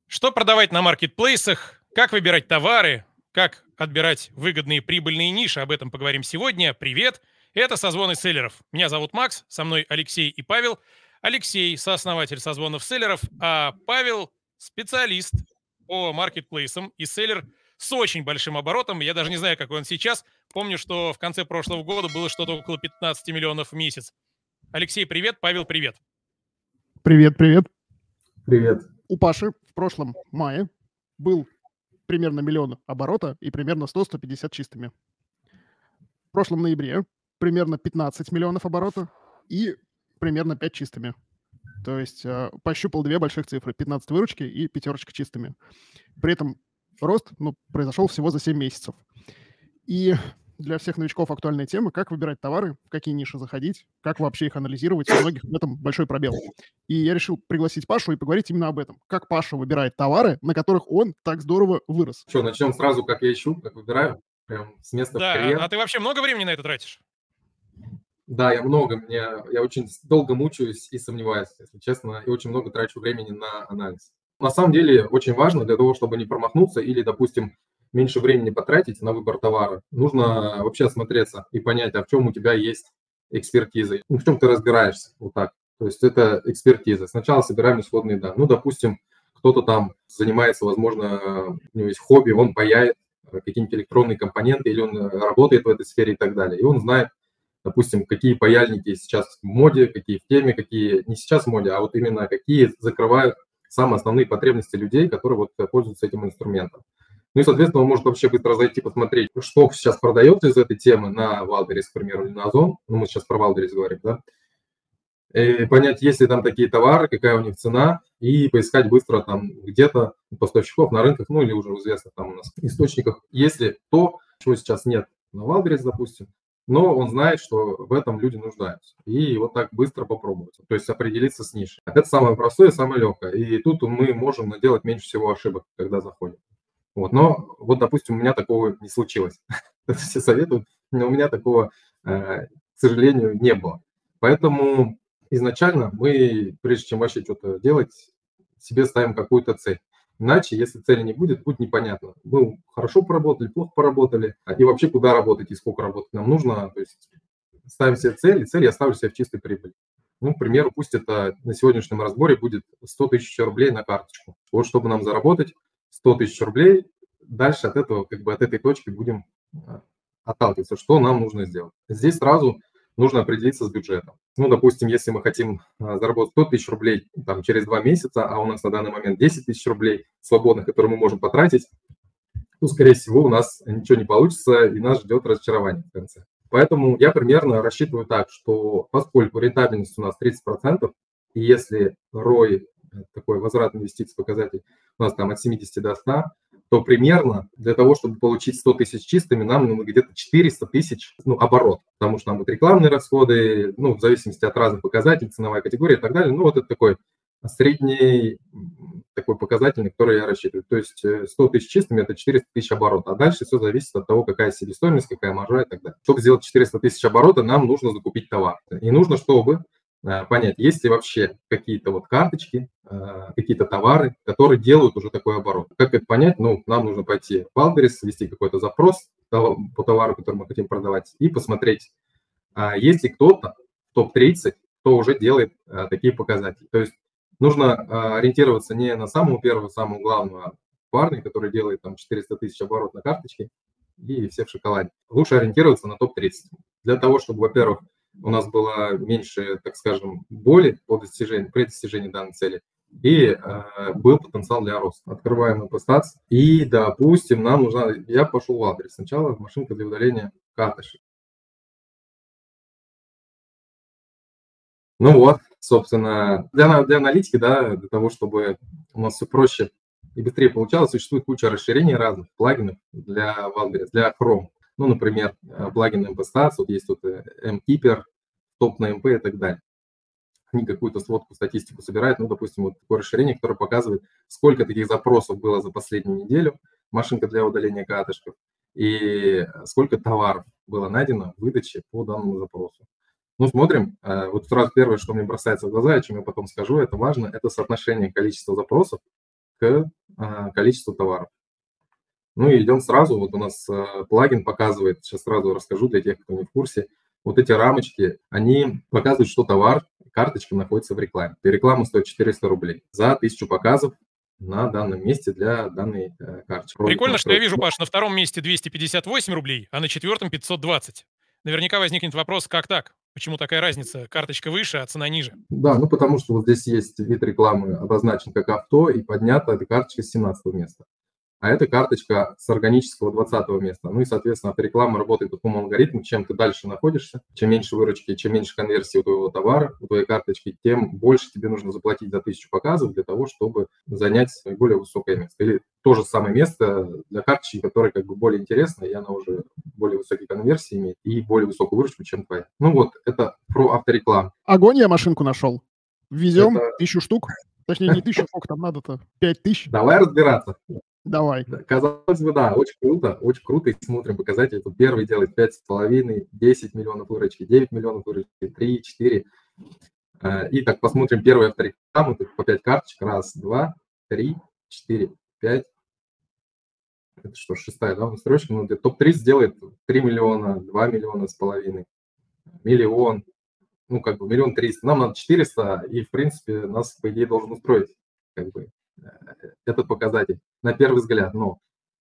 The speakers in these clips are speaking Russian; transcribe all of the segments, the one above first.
Что продавать на маркетплейсах, как выбирать товары, как отбирать выгодные прибыльные ниши, об этом поговорим сегодня. Привет, это «Созвоны селлеров». Меня зовут Макс, со мной Алексей и Павел. Алексей– сооснователь «Созвонов селлеров», а Павел– специалист по маркетплейсам и селлер с очень большим оборотом. Я даже не знаю, какой он сейчас. Помню, что в конце прошлого года было что-то около 15 миллионов в месяц. Алексей, привет, Павел, привет. Привет, привет. Привет. У Паши в прошлом мае был примерно миллион оборота и примерно 100-150 чистыми. В прошлом ноябре примерно 15 миллионов оборота и примерно 5 чистыми. То есть пощупал две больших цифры: 15 выручки и пятерочка чистыми. При этом рост произошел всего за 7 месяцев. И для всех новичков актуальная тема: как выбирать товары, в какие ниши заходить, как вообще их анализировать. У многих в этом большой пробел. И я решил пригласить Пашу и поговорить именно об этом. Как Паша выбирает товары, на которых он так здорово вырос. Что, начнем сразу, как я ищу, как выбираю? Прям с места в карьер. Да, а ты вообще много времени на это тратишь? Да, я много. Я очень долго мучаюсь и сомневаюсь, если честно, и очень много трачу времени на анализ. На самом деле, очень важно для того, чтобы не промахнуться или, допустим, меньше времени потратить на выбор товара, нужно вообще осмотреться и понять, а в чем у тебя есть экспертиза, в чем ты разбираешься, вот так. То есть это экспертиза. Сначала собираем исходные данные. Допустим, кто-то там занимается, возможно, у него есть хобби, он паяет какие-нибудь электронные компоненты, или он работает в этой сфере и так далее. И он знает, допустим, какие паяльники сейчас в моде, какие в теме, какие не сейчас в моде, а вот именно какие закрывают самые основные потребности людей, которые вот пользуются этим инструментом. Ну и, соответственно, он может вообще быстро зайти посмотреть, что сейчас продается из этой темы на Wildberries, к примеру, или на Озон. Ну, мы сейчас про Wildberries говорим, да. И понять, есть ли там такие товары, какая у них цена, и поискать быстро там где-то у поставщиков на рынках, ну или уже в известных там у нас источниках, если то, чего сейчас нет на Wildberries, допустим, но он знает, что в этом люди нуждаются. И вот так быстро попробовать, то есть определиться с нишей. Это самое простое, самое легкое. И тут мы можем наделать меньше всего ошибок, когда заходим. Вот, но вот, допустим, у меня такого не случилось. Все советуют, но у меня такого, к сожалению, не было. Поэтому изначально мы, прежде чем вообще что-то делать, себе ставим какую-то цель. Иначе, если цели не будет непонятно. Мы хорошо поработали, плохо поработали, и вообще куда работать и сколько работать нам нужно. То есть ставим себе цель, и цель я ставлю себе в чистой прибыли. Ну, к примеру, пусть это на сегодняшнем разборе будет 100 тысяч рублей на карточку. Вот чтобы нам заработать 100 тысяч рублей, дальше от этого, от этой точки будем отталкиваться, что нам нужно сделать. Здесь сразу нужно определиться с бюджетом. Ну, допустим, если мы хотим заработать 100 тысяч рублей там, через 2 месяца, а у нас на данный момент 10 тысяч рублей свободных, которые мы можем потратить, то, скорее всего, у нас ничего не получится, и нас ждет разочарование в конце. Поэтому я примерно рассчитываю так, что поскольку рентабельность у нас 30%, и если ROI, такой возврат инвестиций показатель, у нас там от 70 до 100, то примерно для того, чтобы получить 100 тысяч чистыми, нам нужно где-то 400 тысяч оборот, потому что нам будут рекламные расходы, в зависимости от разных показателей, ценовая категория и так далее. Вот это такой средний такой показатель, на который я рассчитываю. То есть 100 тысяч чистыми – это 400 тысяч оборота, а дальше все зависит от того, какая себестоимость, какая маржа и так далее. Чтобы сделать 400 тысяч оборота, нам нужно закупить товар. И нужно, чтобы понять, есть ли вообще какие-то карточки, какие-то товары, которые делают уже такой оборот. Как это понять? Нам нужно пойти в Wildberries, ввести какой-то запрос по товару, который мы хотим продавать, и посмотреть, есть ли кто-то в топ-30, кто уже делает такие показатели. То есть нужно ориентироваться не на самого первого, самого главного парня, который делает там 400 тысяч оборот на карточке, и все в шоколаде. Лучше ориентироваться на топ-30. Для того, чтобы, во-первых, у нас было меньше, так скажем, боли при достижении данной цели, и был потенциал для роста. Открываем MPStats, и, допустим, нам нужна... Я пошел в Wildberries. Сначала машинка для удаления карточек. Собственно, для аналитики, для того, чтобы у нас все проще и быстрее получалось, существует куча расширений разных, плагинов для Wildberries, для Chrome. Например, плагин MPStats, есть тут MKeeper, топ на MP и так далее. Они какую-то сводку, статистику собирают. Допустим, такое расширение, которое показывает, сколько таких запросов было за последнюю неделю, машинка для удаления катышков, и сколько товаров было найдено в выдаче по данному запросу. Смотрим. Сразу первое, что мне бросается в глаза, о чем я потом скажу, это важно, это соотношение количества запросов к количество товаров. Ну и идем сразу, вот у нас плагин показывает, сейчас сразу расскажу для тех, кто не в курсе, вот эти рамочки, они показывают, что товар, карточка находится в рекламе. И реклама стоит 400 рублей за 1000 показов на данном месте для данной карточки. Прикольно, что я вижу, Паш, на втором месте 258 рублей, а на четвертом 520. Наверняка возникнет вопрос, как так? Почему такая разница? Карточка выше, а цена ниже. Да, ну потому что вот здесь есть вид рекламы обозначен как авто, и поднята эта карточка с 17 места. А эта карточка с органического 20 места. Ну и, соответственно, автореклама работает по такому алгоритму, чем ты дальше находишься, чем меньше выручки, чем меньше конверсии у твоего товара, у твоей карточки, тем больше тебе нужно заплатить за 1000 показов для того, чтобы занять более высокое место. Или то же самое место для карточки, которая как бы более интересная, и она уже более высокие конверсии имеет и более высокую выручку, чем твоя. Ну вот, это про авторекламу. Огонь, я машинку нашел. Везем Это- 1000 штук. Точнее, не 1000, сколько там надо-то? 5000. Давай разбираться. Давай. Да, казалось бы, да, очень круто, и смотрим показатели. Тут первый делает 5,5, 10 миллионов выручки, 9 миллионов выручки, 3, 4. И так посмотрим первую авторекламу, тут по 5 карточек, раз, два, 3, 4, 5. Это что, шестая, да, у нас строчка, ну, топ-3 сделает 3 миллиона, 2 миллиона с половиной, миллион, ну, как бы 1 300 000. Нам надо 400, и, в принципе, нас, по идее, должен устроить, как бы, этот показатель на первый взгляд. Но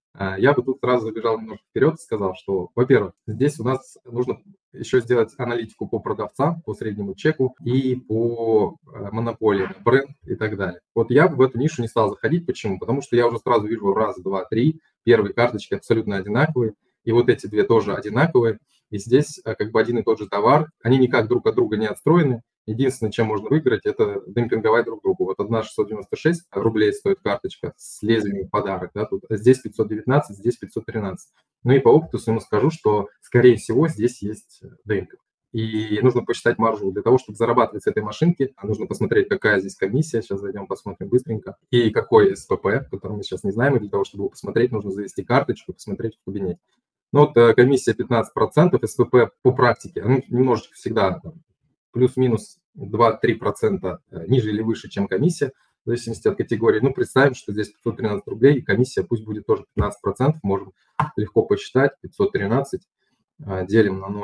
я бы тут сразу забежал немножко вперед и сказал, что, во-первых, здесь у нас нужно еще сделать аналитику по продавцам, по среднему чеку и по монополии, бренд и так далее. Вот я бы в эту нишу не стал заходить. Почему? Потому что я уже сразу вижу раз, два, три, первые карточки абсолютно одинаковые, и вот эти две тоже одинаковые. И здесь как бы один и тот же товар, они никак друг от друга не отстроены. Единственное, чем можно выиграть, это демпинговать друг другу. Вот одна 696 рублей стоит карточка с лезвием в подарок, да, тут, здесь 519, здесь 513. Ну и по опыту своему скажу, что, скорее всего, здесь есть демпинг. И нужно посчитать маржу. Для того, чтобы зарабатывать с этой машинки, нужно посмотреть, какая здесь комиссия. Сейчас зайдем, посмотрим быстренько. И какой СПП, который мы сейчас не знаем. И для того, чтобы его посмотреть, нужно завести карточку и посмотреть в кабинете. Ну вот комиссия 15%, СПП по практике, ну, немножечко всегда там, плюс-минус 2-3% ниже или выше, чем комиссия, в зависимости от категории. Ну, представим, что здесь 513 рублей, и комиссия пусть будет тоже 15%, можем легко посчитать, 513 делим на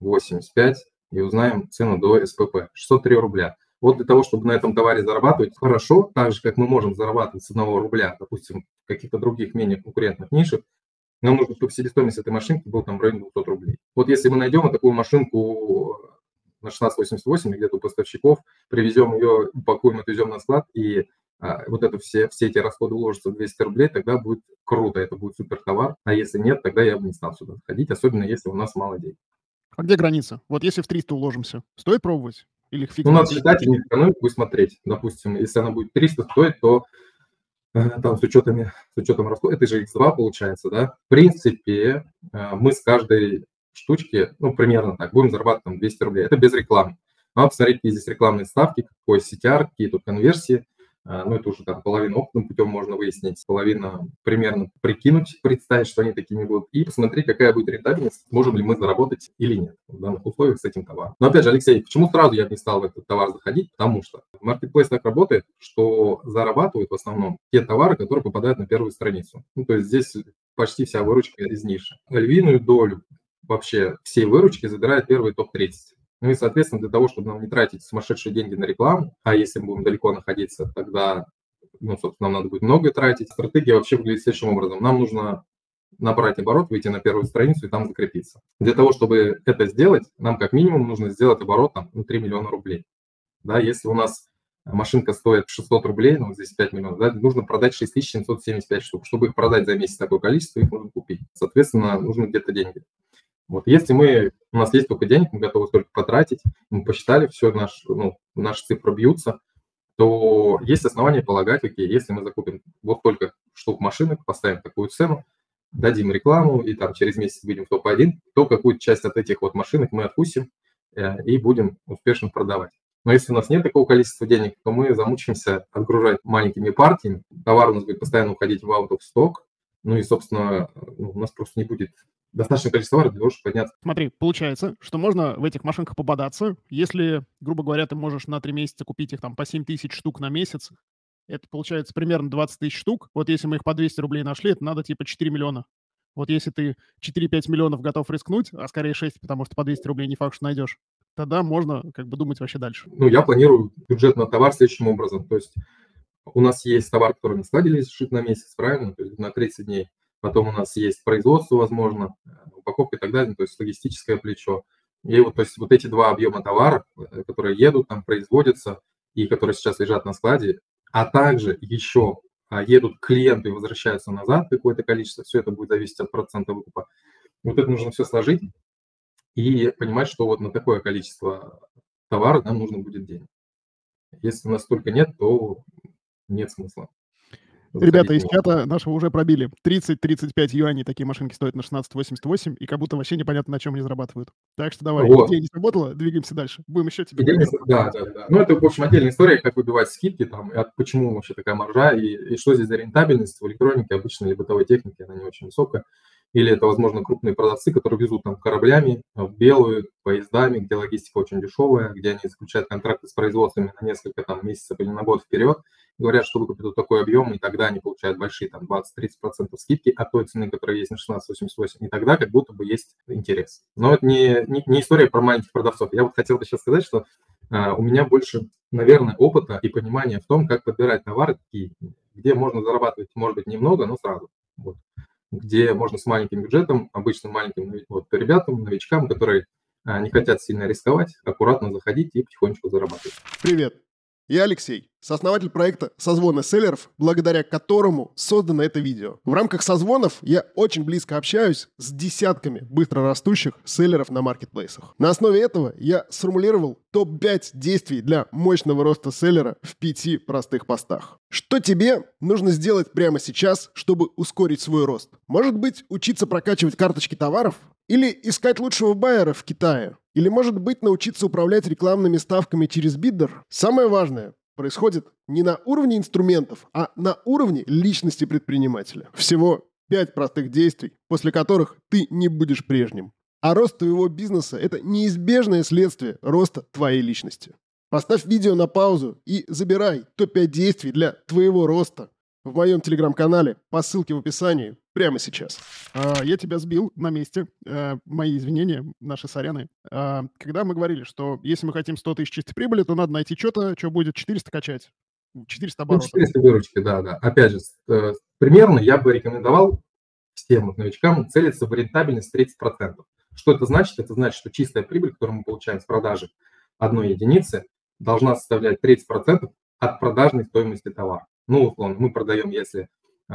0,85 и узнаем цену до СПП, 603 рубля. Вот для того, чтобы на этом товаре зарабатывать хорошо, так же, как мы можем зарабатывать с 1 рубля, допустим, в каких-то других менее конкурентных нишах, нам нужно, чтобы себестоимость этой машинки была там в районе 200 рублей. Вот если мы найдем такую машинку на 1688 где-то у поставщиков, привезем ее, упакуем, отвезем на склад, и вот это все эти расходы уложатся в 200 рублей, тогда будет круто, это будет супер товар. А если нет, тогда я бы не стал сюда заходить, особенно если у нас мало денег. А где граница? Вот если в 300 уложимся, стоит пробовать? Или фиг? Ну, надо считать и экономику и смотреть. Допустим, если она будет 300 стоить, то там с учетом расходов, это же X2 получается, да. В принципе, мы с каждой штучки, ну, примерно так, будем зарабатывать там 200 рублей. Это без рекламы. Надо посмотреть, какие здесь рекламные ставки, какой CTR, какие тут конверсии. Ну, это уже там половину опытным путем можно выяснить, половина примерно прикинуть, представить, что они такими будут, и посмотреть, какая будет рентабельность, можем ли мы заработать или нет в данных условиях с этим товаром. Но опять же, Алексей, почему сразу я не стал в этот товар заходить? Потому что маркетплейс так работает, что зарабатывают в основном те товары, которые попадают на первую страницу. Ну, то есть здесь почти вся выручка из ниши. Львиную долю вообще всей выручки забирает первый топ-30. Ну и, соответственно, для того, чтобы нам не тратить сумасшедшие деньги на рекламу, а если мы будем далеко находиться, тогда, ну, собственно, нам надо будет много тратить. Стратегия вообще выглядит следующим образом. Нам нужно набрать оборот, выйти на первую страницу и там закрепиться. Для того, чтобы это сделать, нам как минимум нужно сделать оборот там, 3 миллиона рублей. Да, если у нас машинка стоит 600 рублей, ну, здесь 5 миллионов, да, нужно продать 6775 штук. Чтобы их продать за месяц такое количество, их нужно купить. Соответственно, нужны где-то деньги. Вот если у нас есть только денег, мы готовы столько потратить, мы посчитали, все, наши цифры бьются, то есть основания полагать, окей, если мы закупим вот только штук машинок, поставим такую цену, дадим рекламу и там через месяц выйдем в топ-1, то какую-то часть от этих вот машинок мы откусим и будем успешно продавать. Но если у нас нет такого количества денег, то мы замучимся отгружать маленькими партиями, товар у нас будет постоянно уходить в out of stock, ну и, собственно, у нас просто не будет достаточное количество товара для того, чтобы подняться. Смотри, получается, что можно в этих машинках пободаться. Если, грубо говоря, ты можешь на 3 месяца купить их там по 7 тысяч штук на месяц, Это получается примерно 20 тысяч штук. Вот если мы их по 200 рублей нашли, это надо типа 4 миллиона. Вот если ты 4-5 миллионов готов рискнуть, а скорее 6, потому что по 200 рублей не факт, что найдешь, тогда можно как бы думать вообще дальше. Ну, я планирую бюджет на товар следующим образом. То есть у нас есть товар, который на складе лежит на месяц, правильно? То есть на 30 дней. Потом у нас есть производство, возможно, упаковка и так далее, то есть логистическое плечо. И вот, то есть вот эти два объема товара, которые едут, там производятся и которые сейчас лежат на складе, а также еще едут клиенты и возвращаются назад какое-то количество, все это будет зависеть от процента выкупа. Вот это нужно все сложить и понимать, что вот на такое количество товара нам нужно будет денег. Если у нас столько нет, то нет смысла. Ребята из чата нашего уже пробили. 30-35 юаней такие машинки стоят на 16,88, и как будто вообще непонятно, на чем они зарабатывают. Так что давай, Вот. идея не сработала, двигаемся дальше. Будем еще тебе... Да. Ну, это, в общем, отдельная история, как выбивать скидки, там, и почему вообще такая маржа, и что здесь за рентабельность в электронике, обычной или бытовой технике, она не очень высокая. Или это, возможно, крупные продавцы, которые везут там кораблями в белую, поездами, где логистика очень дешевая, где они заключают контракты с производствами на несколько там месяцев или на год вперед, говорят, что выкупят вот такой объем, и тогда они получают большие там 20-30% скидки от той цены, которая есть на 16,88, и тогда как будто бы есть интерес. Но это не история про маленьких продавцов. Я вот хотел бы сейчас сказать, что у меня больше, наверное, опыта и понимания в том, как подбирать товары такие, где можно зарабатывать, может быть, немного, но сразу. Вот. Где можно с маленьким бюджетом, обычно маленьким ребятам, новичкам, которые не хотят сильно рисковать, аккуратно заходить и потихонечку зарабатывать. Привет, я Алексей, сооснователь проекта «Созвоны селлеров», благодаря которому создано это видео. В рамках созвонов я очень близко общаюсь с десятками быстрорастущих селлеров на маркетплейсах. На основе этого я сформулировал топ-5 действий для мощного роста селлера в 5 простых постах. Что тебе нужно сделать прямо сейчас, чтобы ускорить свой рост? Может быть, учиться прокачивать карточки товаров? Или искать лучшего байера в Китае? Или, может быть, научиться управлять рекламными ставками через биддер? Самое важное происходит не на уровне инструментов, а на уровне личности предпринимателя. Всего 5 простых действий, после которых ты не будешь прежним. А рост твоего бизнеса – это неизбежное следствие роста твоей личности. Поставь видео на паузу и забирай топ-5 действий для твоего роста в моем телеграм-канале по ссылке в описании прямо сейчас. Я тебя сбил на месте. Мои извинения, наши соряны. Когда мы говорили, что если мы хотим 100 тысяч чистой прибыли, то надо найти что-то, что будет 400 качать. 400 оборотов. 400 выручки, да. Опять же, примерно я бы рекомендовал всем новичкам целиться в рентабельность 30%. Что это значит? Это значит, что чистая прибыль, которую мы получаем с продажи одной единицы, должна составлять 30% от продажной стоимости товара. Ну, условно, мы продаем, если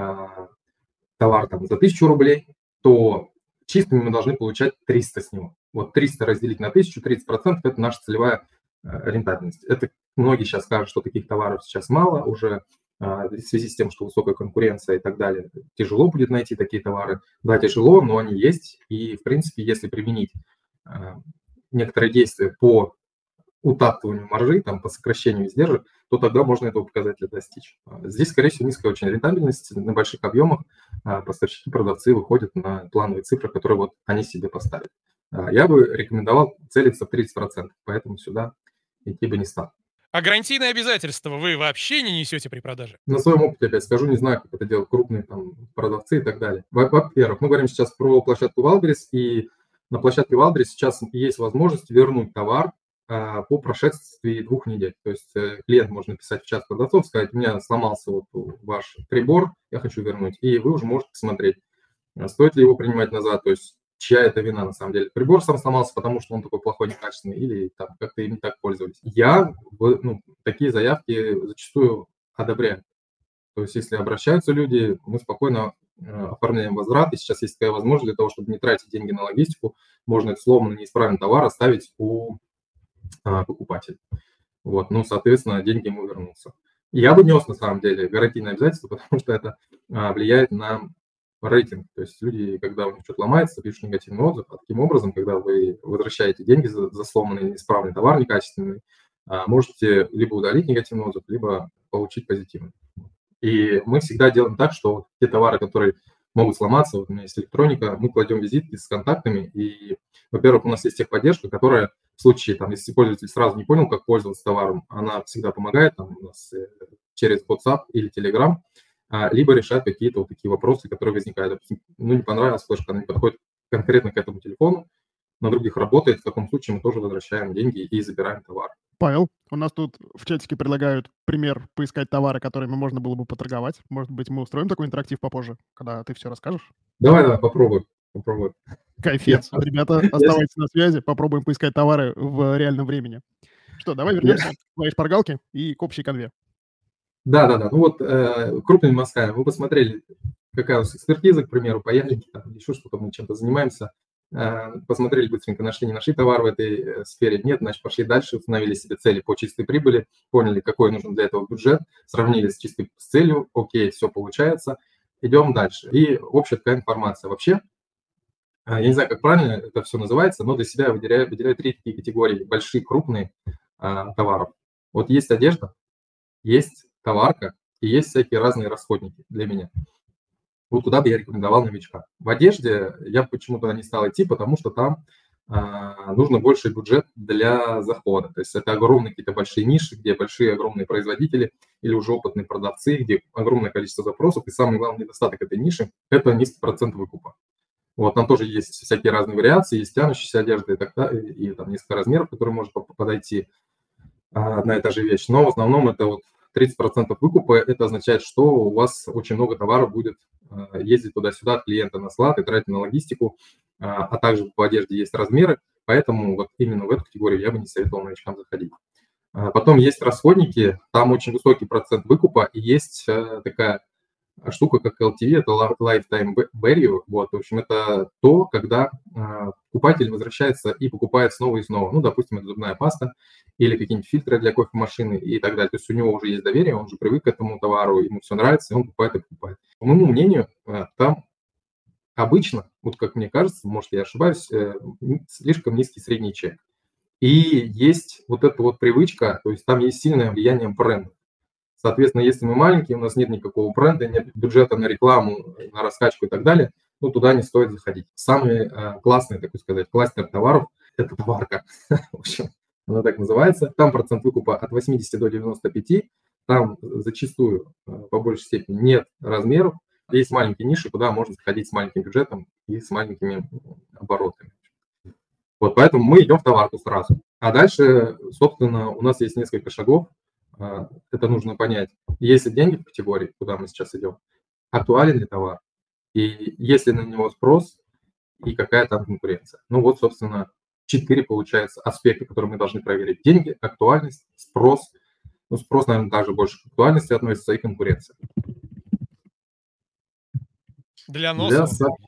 товар там за 1000 рублей, то чистыми мы должны получать 300 с него. Вот 300 разделить на 1000, 30% – это наша целевая рентабельность. Это многие сейчас скажут, что таких товаров сейчас мало уже, в связи с тем, что высокая конкуренция и так далее. Тяжело будет найти такие товары. Да, тяжело, но они есть. И, в принципе, если применить некоторые действия по утаптыванию маржи, там, по сокращению издержек, то тогда можно этого показателя достичь. Здесь, скорее всего, низкая очень рентабельность. На больших объемах поставщики, продавцы выходят на плановые цифры, которые вот они себе поставят. Я бы рекомендовал целиться в 30%, поэтому сюда идти бы не стал. А гарантийные обязательства вы вообще не несете при продаже? На своем опыте, опять скажу, не знаю, как это делают крупные там продавцы и так далее. Во-первых, мы говорим сейчас про площадку Wildberries, и на площадке Wildberries сейчас есть возможность вернуть товар по прошествии 2 недель. То есть клиент может написать в чат продавцов, сказать: у меня сломался вот ваш прибор, я хочу вернуть. И вы уже можете посмотреть, стоит ли его принимать назад, то есть чья это вина на самом деле. Прибор сам сломался, потому что он такой плохой, некачественный, или там как-то им не так пользовались. Я такие заявки зачастую одобряю. То есть если обращаются люди, мы спокойно оформляем возврат, и сейчас есть такая возможность для того, чтобы не тратить деньги на логистику, можно этот сломанный, неисправный товар оставить у покупателя. Вот, ну, соответственно, деньги ему вернутся. Я бы нес, на самом деле, гарантийное обязательство, потому что это влияет на рейтинг. То есть люди, когда у них что-то ломается, пишут негативный отзыв. А таким образом, когда вы возвращаете деньги за сломанный, неисправный товар, некачественный, можете либо удалить негативный отзыв, либо получить позитивный. И мы всегда делаем так, что вот те товары, которые могут сломаться, вот у меня есть электроника, мы кладем визитки с контактами. И, во-первых, у нас есть техподдержка, которая в случае, там, если пользователь сразу не понял, как пользоваться товаром, она всегда помогает. Там у нас через WhatsApp или Telegram, либо решают какие-то вот такие вопросы, которые возникают. Допустим, не понравилась флешка, она не подходит конкретно к этому телефону, на других работает, в таком случае мы тоже возвращаем деньги и забираем товар. Павел, у нас тут в чатике предлагают пример поискать товары, которыми можно было бы поторговать. Может быть, мы устроим такой интерактив попозже, когда ты все расскажешь? Давай, попробуем. Кайфец. Ребята, оставайтесь на связи, попробуем поискать товары в реальном времени. Что, давай вернемся к твоей шпаргалке и к общей конве. Да. Ну вот крупными мазками мы посмотрели, какая у нас экспертиза, к примеру, по Ялике, там, еще что-то, мы чем-то занимаемся. Посмотрели быстренько, нашли, не нашли товар в этой сфере, нет, значит, пошли дальше, установили себе цели по чистой прибыли, поняли, какой нужен для этого бюджет, сравнили с целью, окей, все получается, идем дальше. И общая такая информация. Вообще, я не знаю, как правильно это все называется, но для себя я выделяю 3 такие категории, большие, крупные товаров. Вот есть одежда, есть товарка и есть всякие разные расходники для меня. Вот куда бы я рекомендовал новичка. В одежде я почему-то не стал идти, потому что там нужно больше бюджет для захода. То есть это огромные какие-то большие ниши, где большие огромные производители или уже опытные продавцы, где огромное количество запросов. И самый главный недостаток этой ниши – это низкий процент выкупа. Вот там тоже есть всякие разные вариации, есть тянущаяся одежда и там несколько размеров, которые может подойти одна и та же вещь. Но в основном это вот 30% выкупа, это означает, что у вас очень много товара будет ездить туда-сюда от клиента на склад и тратить на логистику, а также в одежде есть размеры, поэтому вот именно в эту категорию я бы не советовал новичкам заходить. Потом есть расходники, там очень высокий процент выкупа, и есть такая штука, как LTV, это Lifetime Value. Вот, в общем, это то, когда покупатель возвращается и покупает снова и снова. Ну, допустим, это зубная паста или какие-нибудь фильтры для кофемашины и так далее. То есть у него уже есть доверие, он уже привык к этому товару, ему все нравится, и он покупает и покупает. По моему мнению, там обычно, вот как мне кажется, может, я ошибаюсь, слишком низкий средний чек. И есть вот эта вот привычка, то есть там есть сильное влияние бренда. Соответственно, если мы маленькие, у нас нет никакого бренда, нет бюджета на рекламу, на раскачку и так далее, ну, туда не стоит заходить. Самый классный, так сказать, кластер товаров – это товарка. В общем, она так называется. Там процент выкупа от 80 до 95. Там зачастую, по большей степени, нет размеров. Есть маленькие ниши, куда можно заходить с маленьким бюджетом и с маленькими оборотами. Вот поэтому мы идем в товарку сразу. А дальше, собственно, у нас есть несколько шагов. Это нужно понять. Есть ли деньги в категории, куда мы сейчас идем, актуален ли товар, и есть ли на него спрос, и какая там конкуренция. Ну вот, собственно, 4, получается, аспекта, которые мы должны проверить. Деньги, актуальность, спрос. Ну, спрос, наверное, даже больше к актуальности относится, и конкуренция. Для носа?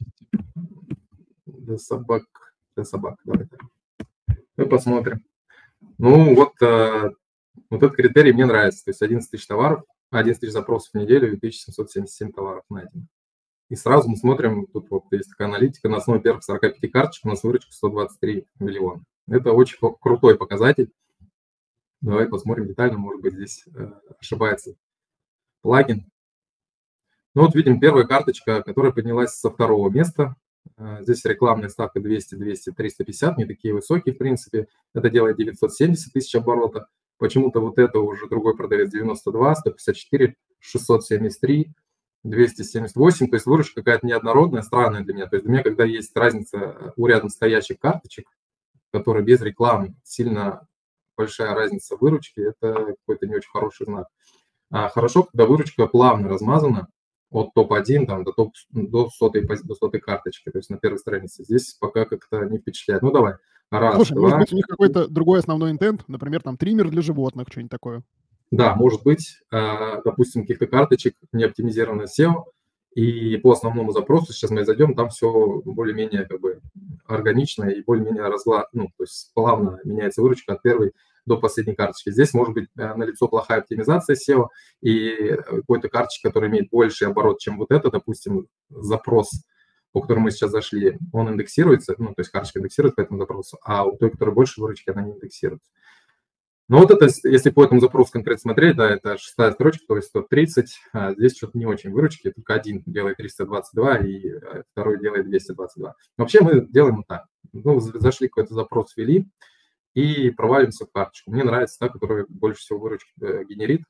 Для собак. Давай так. Мы посмотрим. Ну, вот этот критерий мне нравится. То есть 11 тысяч товаров, 11 тысяч запросов в неделю и 1777 товаров найдено. И сразу мы смотрим, тут вот есть такая аналитика, на основе первых 45 карточек у нас выручка 123 миллиона. Это очень крутой показатель. Давай посмотрим детально, может быть, здесь ошибается плагин. Ну вот видим первая карточка, которая поднялась со 2-го места. Здесь рекламная ставка 200, 200, 350, не такие высокие, в принципе. Это делает 970 тысяч оборота. Почему-то вот это уже другой продавец 92, 154, 673, 278. То есть выручка какая-то неоднородная, странная для меня. То есть для меня, когда есть разница у рядом стоящих карточек, которые без рекламы, сильно большая разница выручки, это какой-то не очень хороший знак. Хорошо, когда выручка плавно размазана от топ-1 там, до сотой карточки, то есть на первой странице. Здесь пока как-то не впечатляет. Ну, давай. Раз, Слушай, два. может быть, у них какой-то другой основной интент, например, там триммер для животных, что-нибудь такое. Да, может быть, допустим, каких-то карточек не оптимизированное SEO, и по основному запросу, сейчас мы зайдем, там все более-менее как бы органично и более-менее то есть плавно меняется выручка от первой до последней карточки. Здесь может быть налицо плохая оптимизация SEO и какой-то карточки, которая имеет больший оборот, чем вот это, допустим, запрос, по которому мы сейчас зашли, он индексируется, то есть карточка индексируется по этому запросу, а у той, которая больше выручки, она не индексируется. Но вот это, если по этому запросу конкретно смотреть, да, это 6-я строчка, то есть 130, здесь что-то не очень выручки, только один делает 322 и второй делает 222. Вообще мы делаем вот так. Зашли какой-то запрос, ввели и провалимся в карточку. Мне нравится та, которая больше всего выручки генерит.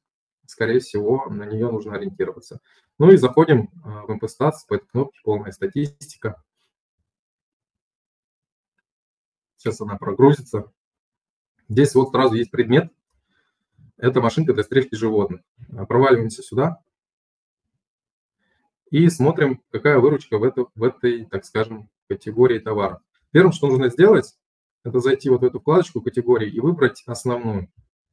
скорее всего, на нее нужно ориентироваться. Ну и заходим в МП-статс, по этой кнопке полная статистика. Сейчас она прогрузится. Здесь вот сразу есть предмет. Это машинка для стрижки животных. Проваливаемся сюда и смотрим, какая выручка в этой, так скажем, категории товаров. Первым, что нужно сделать, это зайти вот в эту вкладочку категории и выбрать основную.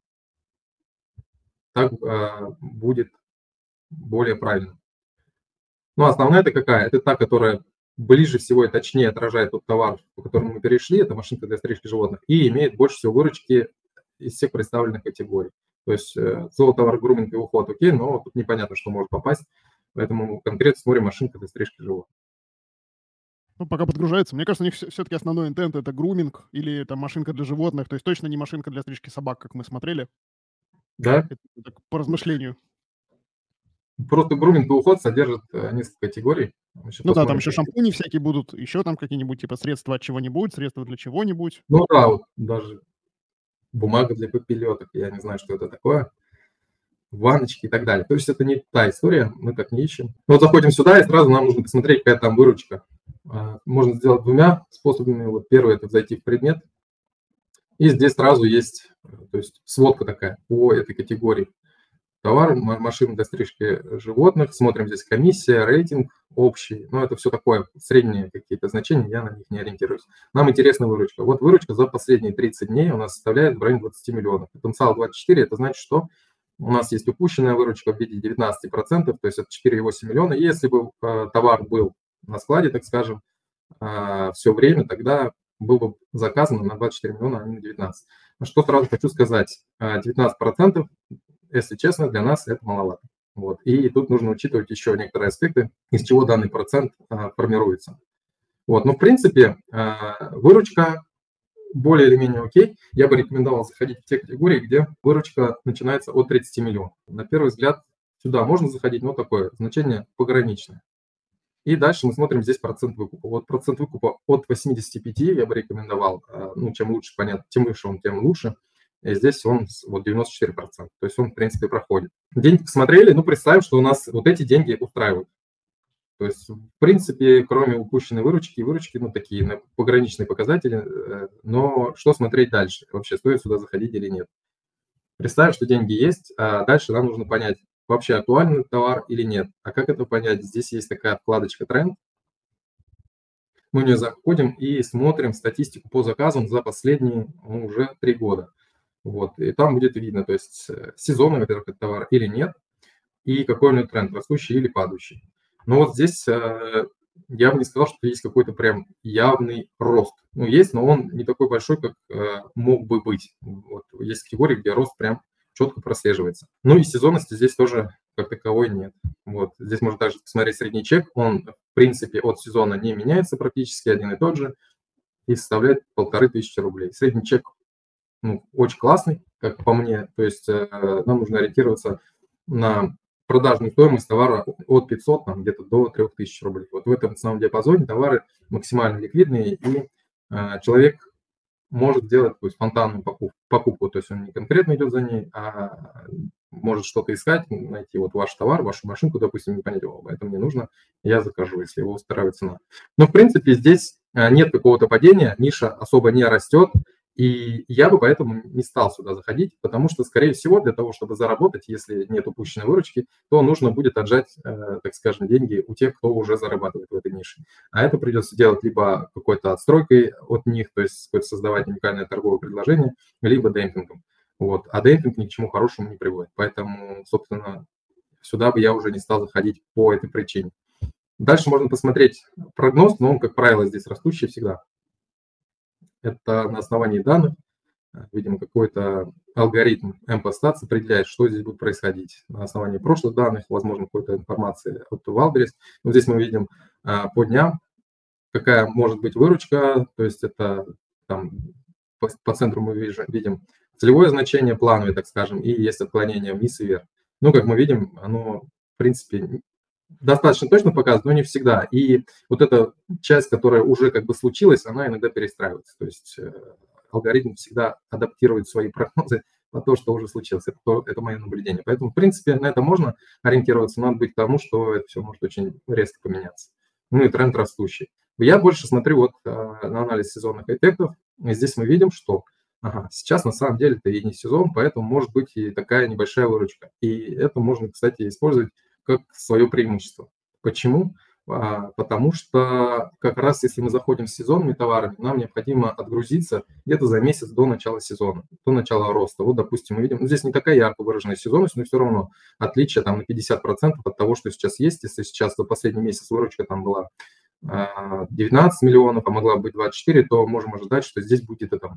Так будет более правильно. Ну, основная это какая? Это та, которая ближе всего и точнее отражает тот товар, по которому мы перешли, это машинка для стрижки животных, и имеет больше всего выручки из всех представленных категорий. То есть зоотовар, груминг и уход окей, но тут непонятно, что может попасть, поэтому конкретно смотрим машинка для стрижки животных. Ну, пока подгружается. Мне кажется, у них все-таки основной интент — это груминг или там машинка для животных, то есть точно не машинка для стрижки собак, как мы смотрели. Да, Это так, по размышлению. просто груминг и уход содержит несколько категорий. Ну да, там еще шампуни всякие будут, еще там какие-нибудь типа средства от чего-нибудь, средства для чего-нибудь. Ну да, вот даже бумага для попелеток, я не знаю, что это такое, ванночки и так далее. То есть это не та история, мы так не ищем. Но вот заходим сюда, и сразу нам нужно посмотреть, какая там выручка. Можно сделать двумя способами. Вот первый – это зайти в предмет, и здесь сразу есть, то есть сводка такая по этой категории. Товар, машины для стрижки животных, смотрим здесь комиссия, рейтинг общий, но это все такое, средние какие-то значения, я на них не ориентируюсь. Нам интересна выручка. Вот выручка за последние 30 дней у нас составляет в районе 20 миллионов. Потенциал 24, это значит, что у нас есть упущенная выручка в виде 19%, то есть это 4,8 миллиона. И если бы товар был на складе, так скажем, все время, тогда был бы заказан на 24 миллиона, а не на 19. Что сразу хочу сказать, 19%, если честно, для нас это маловато. Вот. И тут нужно учитывать еще некоторые аспекты, из чего данный процент формируется. Вот. Но в принципе выручка более или менее окей. Я бы рекомендовал заходить в те категории, где выручка начинается от 30 миллионов. На первый взгляд сюда можно заходить, но такое значение пограничное. И дальше мы смотрим здесь процент выкупа. Вот процент выкупа от 85 я бы рекомендовал. Ну, чем лучше, понятно, тем выше он, тем лучше. И здесь он вот 94%. То есть он, в принципе, проходит. Деньги посмотрели, ну, представим, что у нас вот эти деньги устраивают. То есть, в принципе, кроме упущенной выручки, ну, такие пограничные показатели, но что смотреть дальше? Вообще, стоит сюда заходить или нет? Представим, что деньги есть, а дальше нам нужно понять, вообще актуальный товар или нет. А как это понять? Здесь есть такая вкладочка «Тренд». Мы в нее заходим и смотрим статистику по заказам за последние уже 3 года. Вот. И там будет видно, то есть сезонный, во-первых, этот товар или нет, и какой у него тренд, растущий или падающий. Но вот здесь я бы не сказал, что есть какой-то прям явный рост. Ну, есть, но он не такой большой, как мог бы быть. Вот. Есть категории, где рост прям четко прослеживается. Ну и сезонности здесь тоже как таковой нет. Вот. Здесь можно также посмотреть средний чек. Он, в принципе, от сезона не меняется практически, один и тот же, и составляет 1500 рублей. Средний чек очень классный, как по мне. То есть нам нужно ориентироваться на продажную стоимость товара от 500 там, где-то до 3000 рублей. Вот в этом самом диапазоне товары максимально ликвидные, и человек может сделать такую спонтанную покупку. То есть он не конкретно идет за ней, а может что-то искать, найти вот ваш товар, вашу машинку, допустим, не понять, это мне нужно, я закажу, если его устраивает цена. Но, в принципе, здесь нет какого-то падения, ниша особо не растет, и я бы поэтому не стал сюда заходить, потому что, скорее всего, для того, чтобы заработать, если нет упущенной выручки, то нужно будет отжать, так скажем, деньги у тех, кто уже зарабатывает в этой нише. А это придется делать либо какой-то отстройкой от них, то есть создавать уникальное торговое предложение, либо демпингом. Вот. А демпинг ни к чему хорошему не приводит. Поэтому, собственно, сюда бы я уже не стал заходить по этой причине. Дальше можно посмотреть прогноз, но он, как правило, здесь растущий всегда. Это на основании данных, видимо, какой-то алгоритм МП-статс определяет, что здесь будет происходить. На основании прошлых данных, возможно, какой-то информации от Wildberries. Вот здесь мы видим по дням, какая может быть выручка, то есть это там по центру мы видим целевое значение, плановое, так скажем, и есть отклонение вниз и вверх. Ну, как мы видим, оно, в принципе, достаточно точно показывает, но не всегда. И вот эта часть, которая уже как бы случилась, она иногда перестраивается. То есть алгоритм всегда адаптирует свои прогнозы то, что уже случилось. Это мое наблюдение. Поэтому, в принципе, на это можно ориентироваться, надо быть к тому, что это все может очень резко поменяться. Ну и тренд растущий. Я больше смотрю вот на анализ сезонных эффектов. И здесь мы видим, что сейчас на самом деле это и не сезон, поэтому может быть и такая небольшая выручка. И это можно, кстати, использовать как свое преимущество. Почему? Потому что как раз если мы заходим с сезонными товарами, нам необходимо отгрузиться где-то за месяц до начала сезона, до начала роста. Вот, допустим, мы видим, здесь не такая ярко выраженная сезонность, но все равно отличие там на 50% от того, что сейчас есть. Если сейчас за последний месяц выручка там была 19 миллионов, а могла быть 24, то можем ожидать, что здесь будет там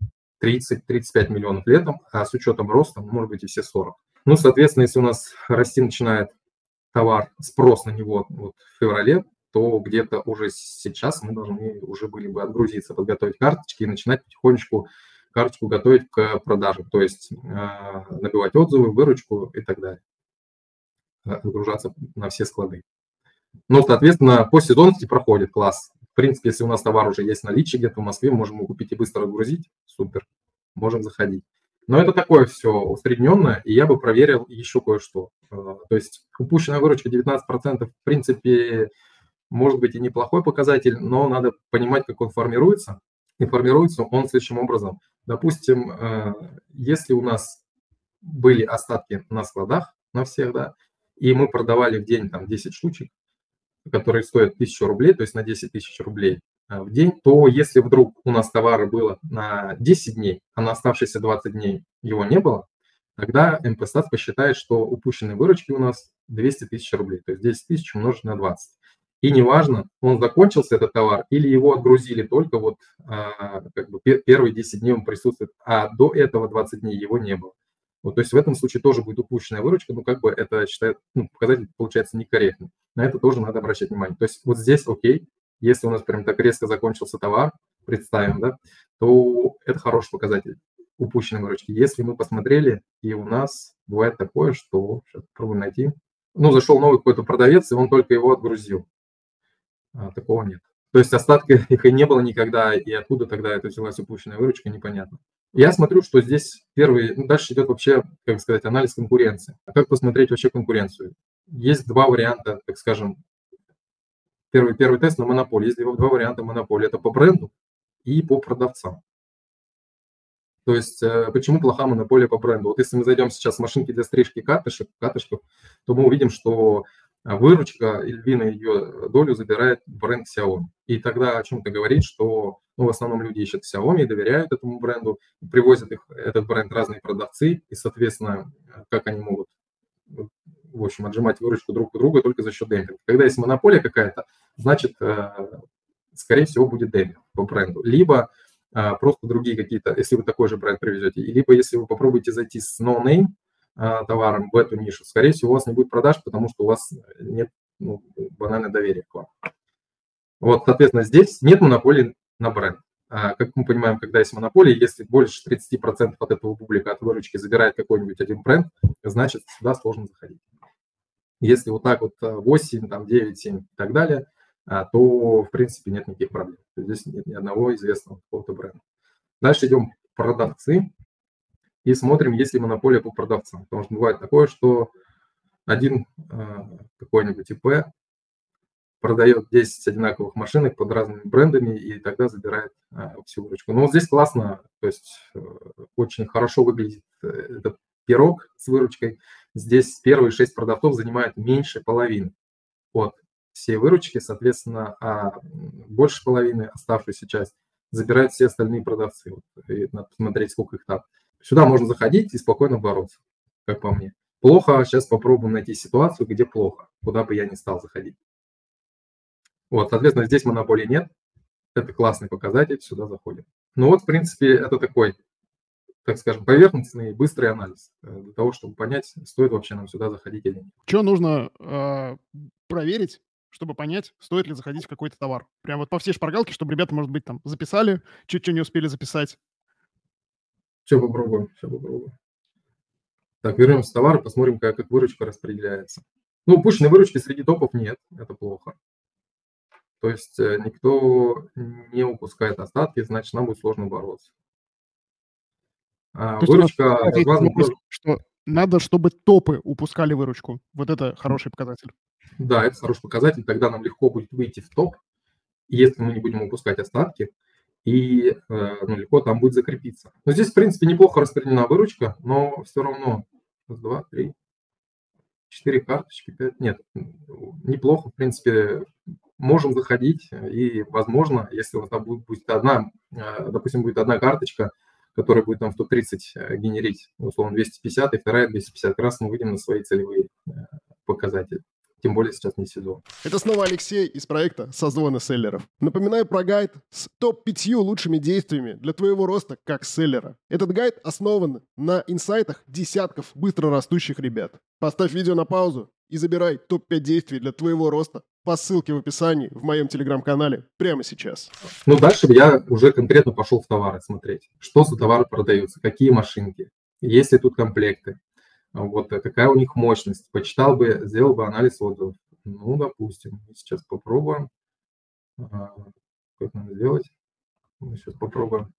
30-35 миллионов летом, а с учетом роста, может быть, и все 40. Ну, соответственно, если у нас расти начинает товар, спрос на него вот в феврале, то где-то уже сейчас мы должны уже были бы отгрузиться, подготовить карточки и начинать потихонечку карточку готовить к продаже, то есть набивать отзывы, выручку и так далее, отгружаться на все склады. Ну, соответственно, по сезонности проходит класс. В принципе, если у нас товар уже есть в наличии где-то в Москве, можем его купить и быстро отгрузить, супер, можем заходить. Но это такое все усредненное, и я бы проверил еще кое-что. То есть упущенная выручка 19%, в принципе, может быть и неплохой показатель, но надо понимать, как он формируется. И формируется он следующим образом. Допустим, если у нас были остатки на складах, на всех, да, и мы продавали в день там 10 штучек, которые стоят 1000 рублей, то есть на 10 тысяч рублей в день, то если вдруг у нас товара было на 10 дней, а на оставшиеся 20 дней его не было, тогда МПСтат посчитает, что упущенной выручки у нас 200 тысяч рублей, то есть 10 тысяч умножить на 20. И неважно, он закончился, этот товар, или его отгрузили только вот как бы первые 10 дней он присутствует, а до этого 20 дней его не было. Вот, то есть в этом случае тоже будет упущенная выручка, но как бы это считает, показатель получается некорректный. На это тоже надо обращать внимание. То есть вот здесь окей, если у нас прям так резко закончился товар, представим, да, то это хороший показатель упущенной выручки. Если мы посмотрели, и у нас бывает такое, что, сейчас попробуем найти, зашел новый какой-то продавец, и он только его отгрузил. Такого нет. То есть остатка их и не было никогда, и откуда тогда это взялась упущенная выручка, непонятно. Я смотрю, что здесь дальше идет вообще, как сказать, анализ конкуренции. А как посмотреть вообще конкуренцию? Есть два варианта, так скажем, первый тест на монополию. Есть два варианта монополии. Это по бренду и по продавцам. То есть почему плоха монополия по бренду? Вот если мы зайдем сейчас в машинки для стрижки катышков, то мы увидим, что выручка, львиную ее долю забирает бренд Xiaomi. И тогда о чем это говорит, что в основном люди ищут Xiaomi, доверяют этому бренду, привозят этот бренд разные продавцы, и, соответственно, как они могут, в общем, отжимать выручку друг у друга только за счет демпинга. Когда есть монополия какая-то, значит, скорее всего, будет демпинг по бренду. Либо просто другие какие-то, если вы такой же бренд привезете, либо если вы попробуете зайти с no-name товаром в эту нишу, скорее всего, у вас не будет продаж, потому что у вас нет банально доверия к вам. Вот, соответственно, здесь нет монополии на бренд. Как мы понимаем, когда есть монополия, если больше 30% от этого публика от выручки забирает какой-нибудь один бренд, значит, сюда сложно заходить. Если вот так вот 8, там, 9, 7 и так далее, то, в принципе, нет никаких проблем. Здесь нет ни одного известного какого-то бренда. Дальше идем в продавцы и смотрим, есть ли монополия по продавцам. Потому что бывает такое, что один какой-нибудь ИП продает 10 одинаковых машинок под разными брендами и тогда забирает всю выручку. Но вот здесь классно, то есть очень хорошо выглядит этот пирог с выручкой. Здесь первые 6 продавцов занимают меньше половины от всей выручки, соответственно, а больше половины, оставшуюся часть, забирают все остальные продавцы. И надо посмотреть, сколько их там. Сюда можно заходить и спокойно бороться, как по мне. Плохо, сейчас попробуем найти ситуацию, где плохо, куда бы я не стал заходить. Вот, соответственно, здесь монополии нет. Это классный показатель, сюда заходим. Ну вот, в принципе, это такой, так скажем, поверхностный, быстрый анализ для того, чтобы понять, стоит вообще нам сюда заходить или нет. Что нужно проверить, чтобы понять, стоит ли заходить в какой-то товар? Прям вот по всей шпаргалке, чтобы ребята, может быть, там записали, чуть-чуть не успели записать. Все попробуем. Так, вернемся в товар, посмотрим, как выручка распределяется. Упущенной выручки среди топов нет, это плохо. То есть никто не упускает остатки, значит, нам будет сложно бороться. То есть у нас Выручка ответ на разным вопрос, тоже. что надо, чтобы топы упускали выручку. Вот это хороший показатель. Да, это хороший показатель, тогда нам легко будет выйти в топ, если мы не будем упускать остатки, и легко там будет закрепиться. Но здесь, в принципе, неплохо распределена выручка, но все равно раз, два, три, 4 карточки, 5. Нет, неплохо, в принципе, можем заходить, и, возможно, если у нас там будет одна, допустим, будет одна карточка, которая будет там 130 генерить, условно, 250, и вторая 250, как раз мы выйдем на свои целевые показатели. Тем более сейчас не сезон. Это снова Алексей из проекта «Созвоны селлеров». Напоминаю про гайд с топ-5 лучшими действиями для твоего роста как селлера. Этот гайд основан на инсайтах десятков быстро растущих ребят. Поставь видео на паузу и забирай топ-5 действий для твоего роста по ссылке в описании в моем телеграм-канале прямо сейчас. Ну, дальше я уже конкретно пошел в товары смотреть. Что за товары продаются, какие машинки, есть ли тут комплекты. Вот какая у них мощность. Почитал бы, сделал бы анализ отзывов. Ну, допустим, сейчас попробуем. Как надо сделать? Сейчас попробуем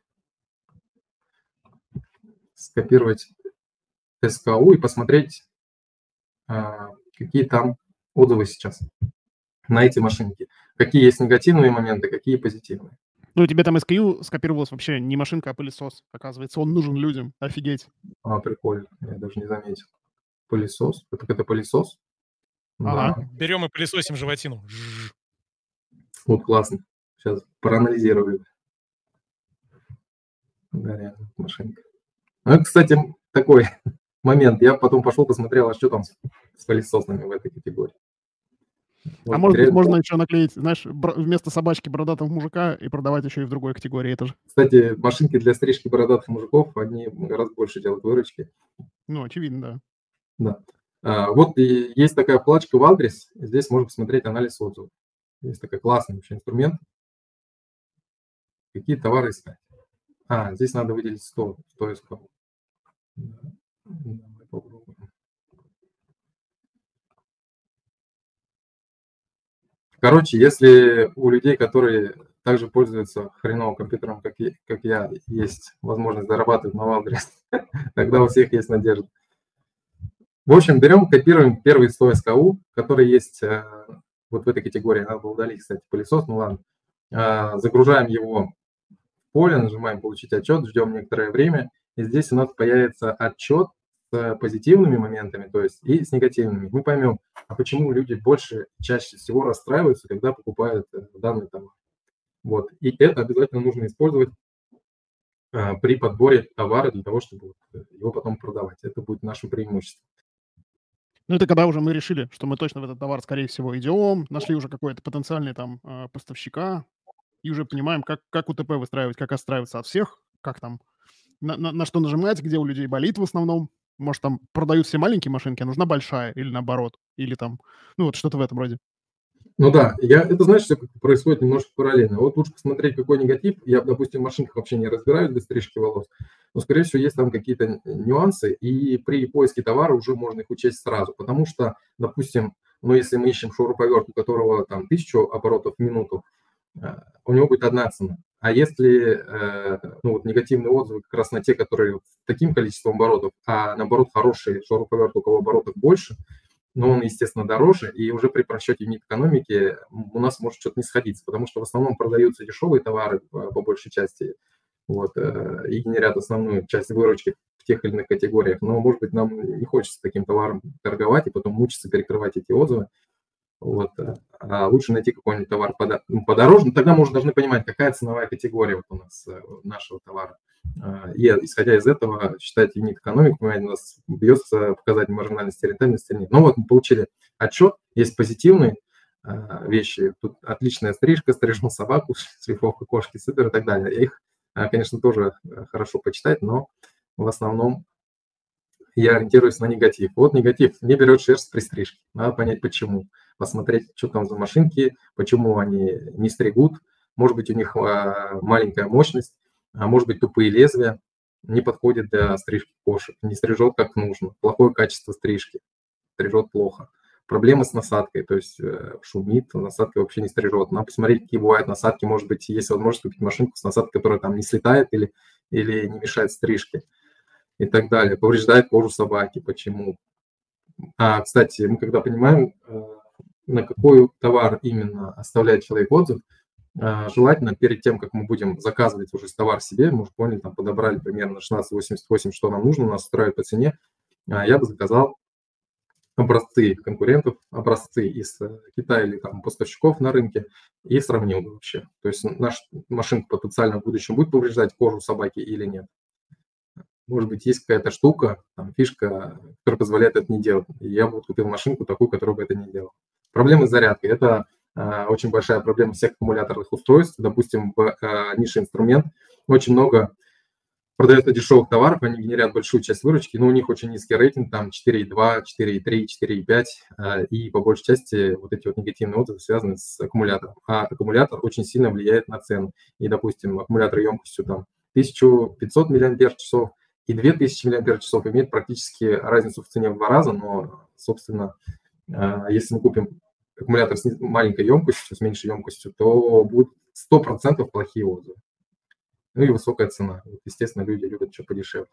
скопировать СКУ и посмотреть, какие там отзывы сейчас на эти машинки. Какие есть негативные моменты, какие позитивные. Ну, у тебя там SKU скопировалась вообще не машинка, а пылесос. Оказывается, он нужен людям. Офигеть. Прикольно, я даже не заметил. Пылесос. Это пылесос? Ага. Да. Берем и пылесосим животину. Жжж. Вот классно. Сейчас проанализирую. Да, реально, машинка. Ну, это, кстати, такой момент. Я потом пошел посмотрел, а что там с пылесосами в этой категории. А может быть, можно еще наклеить, знаешь, вместо собачки бородатого мужика и продавать еще и в другой категории. Это же. Кстати, машинки для стрижки бородатых мужиков, они гораздо больше делают выручки. Ну, очевидно, Да. Вот и есть такая вкладочка Wildberries. Здесь можно посмотреть анализ отзывов. Есть такой классный вообще инструмент. Какие товары искать. Здесь надо выделить 100 искал. Давай попробуем. Короче, если у людей, которые также пользуются хреновым компьютером, как я, есть возможность зарабатывать на Wildberries, тогда у всех есть надежда. В общем, берем, копируем первые 100 СКУ, которые есть вот в этой категории. Надо было удалить, кстати, пылесос, ну ладно. Загружаем его в поле, нажимаем «Получить отчет», ждем некоторое время, и здесь у нас появится отчет с позитивными моментами, то есть и с негативными. Мы поймем, почему люди чаще всего расстраиваются, когда покупают данный товар. Вот. И это обязательно нужно использовать при подборе товара для того, чтобы его потом продавать. Это будет нашим преимуществом. Ну, это когда уже мы решили, что мы точно в этот товар, скорее всего, идем, нашли уже какой-то потенциальный там поставщика и уже понимаем, как УТП выстраивать, как отстраиваться от всех, как там, на что нажимать, где у людей болит в основном. Может, там продают все маленькие машинки, а нужна большая, или наоборот, или там, ну, вот что-то в этом роде. Ну да, это, знаешь, все происходит немножко параллельно. Вот лучше посмотреть, какой негатив. Я, допустим, в машинках вообще не разбираюсь для стрижки волос, но, скорее всего, есть там какие-то нюансы, и при поиске товара уже можно их учесть сразу, потому что, допустим, если мы ищем шуруповерт, у которого там 1000 оборотов в минуту, у него будет одна цена. А если негативные отзывы как раз на те, которые с таким количеством оборотов, а наоборот хороший шуруповерт, у кого оборотов больше, но он, естественно, дороже, и уже при просчете юнит-экономики у нас может что-то не сходиться, потому что в основном продаются дешевые товары по большей части, вот, и генерят основную часть выручки в тех или иных категориях. Но, может быть, нам не хочется таким товаром торговать и потом мучиться перекрывать эти отзывы. Вот. А лучше найти какой-нибудь товар подороже. Но тогда мы уже должны понимать, какая ценовая категория вот у нас нашего товара. И исходя из этого считать юнит-экономику, понимаете, у нас бьется показатель маржинальности, рентабельности или нет. Ну вот мы получили отчет, есть позитивные вещи. Тут отличная стрижка, стрижем собаку, шлифовка кошки, супер и так далее. Их, конечно, тоже хорошо почитать, но в основном я ориентируюсь на негатив. Вот негатив. Не берет шерсть при стрижке. Надо понять, почему. Посмотреть, что там за машинки, почему они не стригут. Может быть, у них маленькая мощность, а может быть, тупые лезвия, не подходят для стрижки кошек, не стрижет как нужно. Плохое качество стрижки, стрижет плохо. Проблемы с насадкой, то есть шумит, насадка вообще не стрижет. Надо посмотреть, какие бывают насадки. Может быть, есть возможность купить машинку с насадкой, которая там не слетает или или не мешает стрижке и так далее. Повреждает кожу собаки. Почему? Кстати, мы когда понимаем, на какой товар именно оставляет человек отзыв, желательно перед тем, как мы будем заказывать уже товар себе, мы уже поняли, там подобрали примерно 16,88, что нам нужно, у нас устраивает по цене, я бы заказал образцы конкурентов, образцы из Китая или там поставщиков на рынке и сравнил бы вообще. То есть наша машинка потенциально в будущем будет повреждать кожу собаки или нет. Может быть, есть какая-то штука, там, фишка, которая позволяет это не делать. И я бы купил машинку такую, которая бы это не делала. Проблемы с зарядкой. Это очень большая проблема всех аккумуляторных устройств. Допустим, в нише инструмент очень много продается дешевых товаров, они генерят большую часть выручки, но у них очень низкий рейтинг, там 4,2, 4,3, 4,5, и по большей части вот эти вот негативные отзывы связаны с аккумулятором. А аккумулятор очень сильно влияет на цену. И, допустим, аккумулятор емкостью там 1500 мАч и 2000 мАч имеет практически разницу в цене в 2 раза, но, собственно, если мы купим аккумулятор с маленькой емкостью, с меньшей емкостью, то будет 100% плохие отзывы. Ну и высокая цена. Естественно, люди любят что подешевле.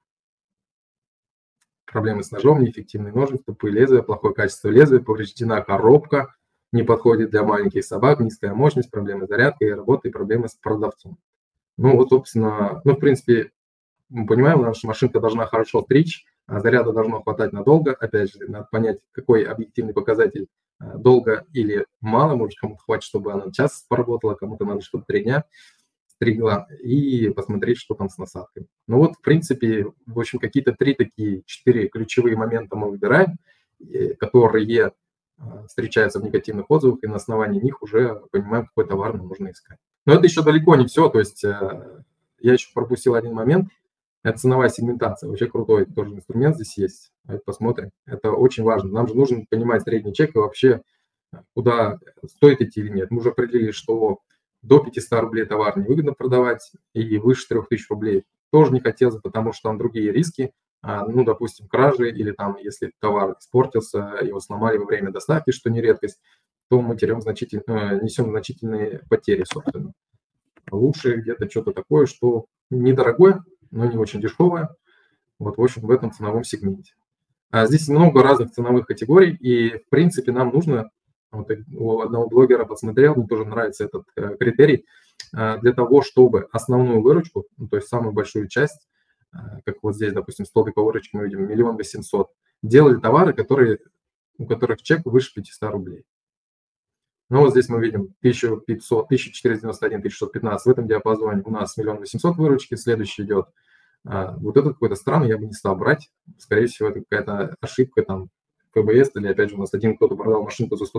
Проблемы с ножом, неэффективный ножик, тупые лезвия, плохое качество лезвия, повреждена коробка, не подходит для маленьких собак, низкая мощность, проблемы с зарядкой, работы и проблемы с продавцом. Ну вот, собственно, в принципе, мы понимаем, наша машинка должна хорошо стричь, а заряда должно хватать надолго. Опять же, надо понять, какой объективный показатель долго или мало. Может, кому-то хватит, чтобы она час поработала, кому-то надо, чтобы 3 дня стригла, и посмотреть, что там с насадкой. Ну вот, в принципе, в общем, какие-то 4 ключевые момента мы выбираем, которые встречаются в негативных отзывах, и на основании них уже понимаем, какой товар нам нужно искать. Но это еще далеко не все, то есть я еще пропустил один момент, это ценовая сегментация. Вообще крутой тоже инструмент здесь есть, посмотрим. Это очень важно. Нам же нужно понимать средний чек и вообще, куда стоит идти или нет. Мы уже определили, что до 500 рублей товар невыгодно продавать, и выше 3000 рублей тоже не хотелось, потому что там другие риски, ну, допустим, кражи, или там, если товар испортился, его сломали во время доставки, что не редкость, то мы несем значительные потери, собственно. Лучше где-то что-то такое, что недорогое, но не очень дешевое, вот, в общем, в этом ценовом сегменте. Здесь много разных ценовых категорий, и, в принципе, нам нужно, вот у одного блогера посмотрел, мне тоже нравится этот критерий, для того, чтобы основную выручку, ну, то есть самую большую часть, как вот здесь, допустим, столбик по выручке мы видим 1 800 000, делали товары, у которых чек выше 500 рублей. Ну, вот здесь мы видим 1500, 1491, 1615, в этом диапазоне у нас 1 800 000 выручки, следующий идет. Вот этот какой-то странный я бы не стал брать, скорее всего, это какая-то ошибка, там, ФБС, или, опять же, у нас один кто-то продал машинку за 100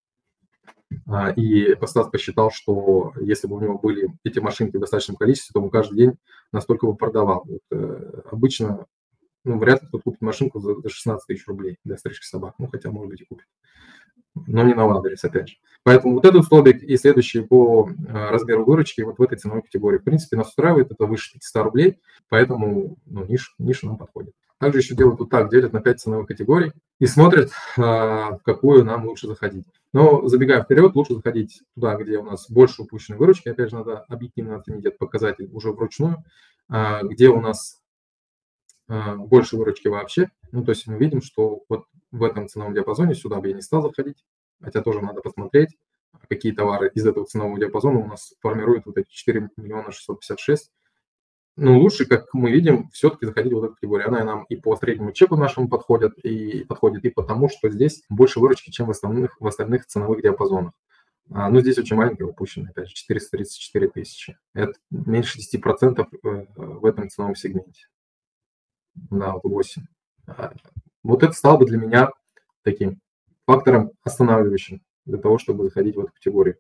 000, и Стас посчитал, что если бы у него были эти машинки в достаточном количестве, то он каждый день настолько бы продавал. Вот, обычно, вряд ли кто-то купит машинку за 16 000 рублей для стрижки собак, хотя, может быть, и купит. Но не на адрес, опять же. Поэтому вот этот столбик и следующий по размеру выручки вот в этой ценовой категории. В принципе, нас устраивает, это выше 500 рублей, поэтому ниша нам подходит. Также еще делают вот так, делят на 5 ценовых категорий и смотрят, в какую нам лучше заходить. Но забегая вперед, лучше заходить туда, где у нас больше упущенной выручки. Опять же, надо объективно оценить этот показатель уже вручную, где у нас больше выручки вообще. Ну, то есть мы видим, что вот в этом ценовом диапазоне сюда бы я не стал заходить, хотя тоже надо посмотреть, какие товары из этого ценового диапазона у нас формируют вот эти 4 656 000. Но лучше, как мы видим, все-таки заходить в вот эту категорию. Она нам и по среднему чеку нашему подходит и потому, что здесь больше выручки, чем в остальных ценовых диапазонах. Но здесь очень маленькая упущенная, опять же, 434 000. Это меньше 10% в этом ценовом сегменте. Да, вот 8. Вот это стало бы для меня таким фактором останавливающим для того, чтобы заходить в эту категорию.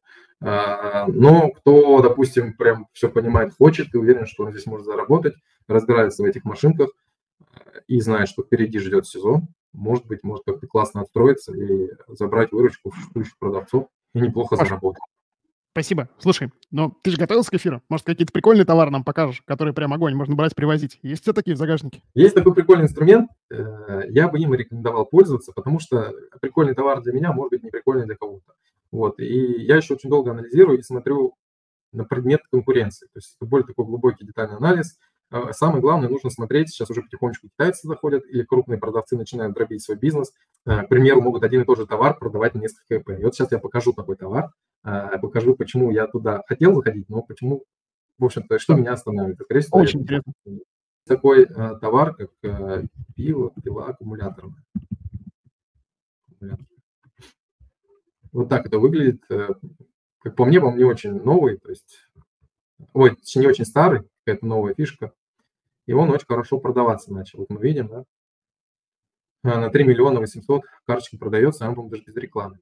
Но кто, допустим, прям все понимает, хочет и уверен, что он здесь может заработать, разбирается в этих машинках и знает, что впереди ждет сезон, может как-то классно отстроиться и забрать выручку у существующих продавцов и неплохо заработать. Спасибо. Слушай, но ты же готовился к эфиру? Может, какие-то прикольные товары нам покажешь, которые прям огонь, можно брать, привозить? Есть все такие в загашнике? Есть такой прикольный инструмент, я бы им рекомендовал пользоваться, потому что прикольный товар для меня может быть не прикольный для кого-то. Вот. И я еще очень долго анализирую и смотрю, на предмет конкуренции. То есть это более такой глубокий детальный анализ. Самое главное, нужно смотреть, сейчас уже потихонечку китайцы заходят или крупные продавцы начинают дробить свой бизнес. К примеру, могут один и тот же товар продавать на несколько ИП. И вот сейчас я покажу такой товар, покажу, почему я туда хотел заходить, но почему, в общем-то, что меня останавливает. Скорее всего, Очень интересно. такой товар, как пила аккумуляторная. Вот так это выглядит. Как по мне, не очень новый, то есть, не очень старый, какая-то новая фишка. И он очень хорошо продаваться начал. Вот мы видим, да, на 3 миллиона 800 карточка продается, а он, по-моему, даже без рекламы.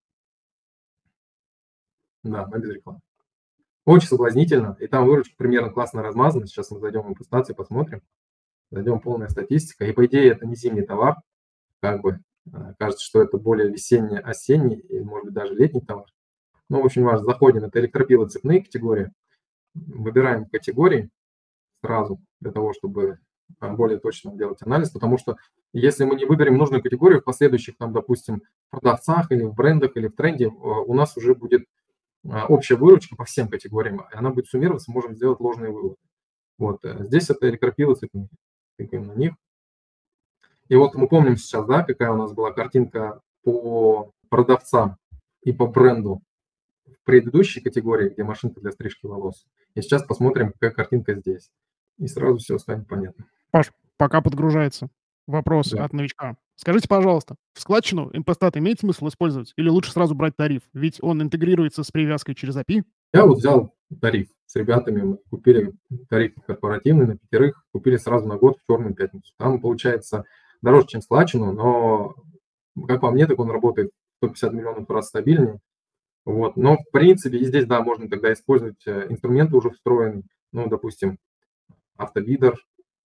Да, она без рекламы. Очень соблазнительно, и там выручка примерно классно размазана. Сейчас мы зайдем в презентацию, посмотрим. Зайдем полная статистика. И, по идее, это не зимний товар. Как бы кажется, что это более весенний-осенний и, может быть, даже летний товар. Но очень важно. Заходим. Это электропилы цепные категории. Выбираем категории сразу для того, чтобы более точно делать анализ. Потому что если мы не выберем нужную категорию в последующих, там, допустим, продавцах или в брендах или в тренде, у нас уже будет общая выручка по всем категориям, и она будет суммироваться, можем сделать ложные выводы. Вот. Здесь это электропилы цепные. Кликаем на них. И вот мы помним сейчас, да, какая у нас была картинка по продавцам и по бренду в предыдущей категории, где машинка для стрижки волос. И сейчас посмотрим, какая картинка здесь. И сразу все станет понятно. Паш, пока подгружается вопрос Да. от новичка. Скажите, пожалуйста, в складчину MP-Stat имеет смысл использовать или лучше сразу брать тариф? Ведь он интегрируется с привязкой через API. Я вот взял тариф с ребятами, мы купили тариф корпоративный на 5, купили сразу на год в черную пятницу. Там получается дороже, чем складчину, но, как по мне, так он работает 150 миллионов раз стабильнее. Вот. Но, в принципе, и здесь, да, можно тогда использовать инструменты уже встроенные, ну, допустим, автобидер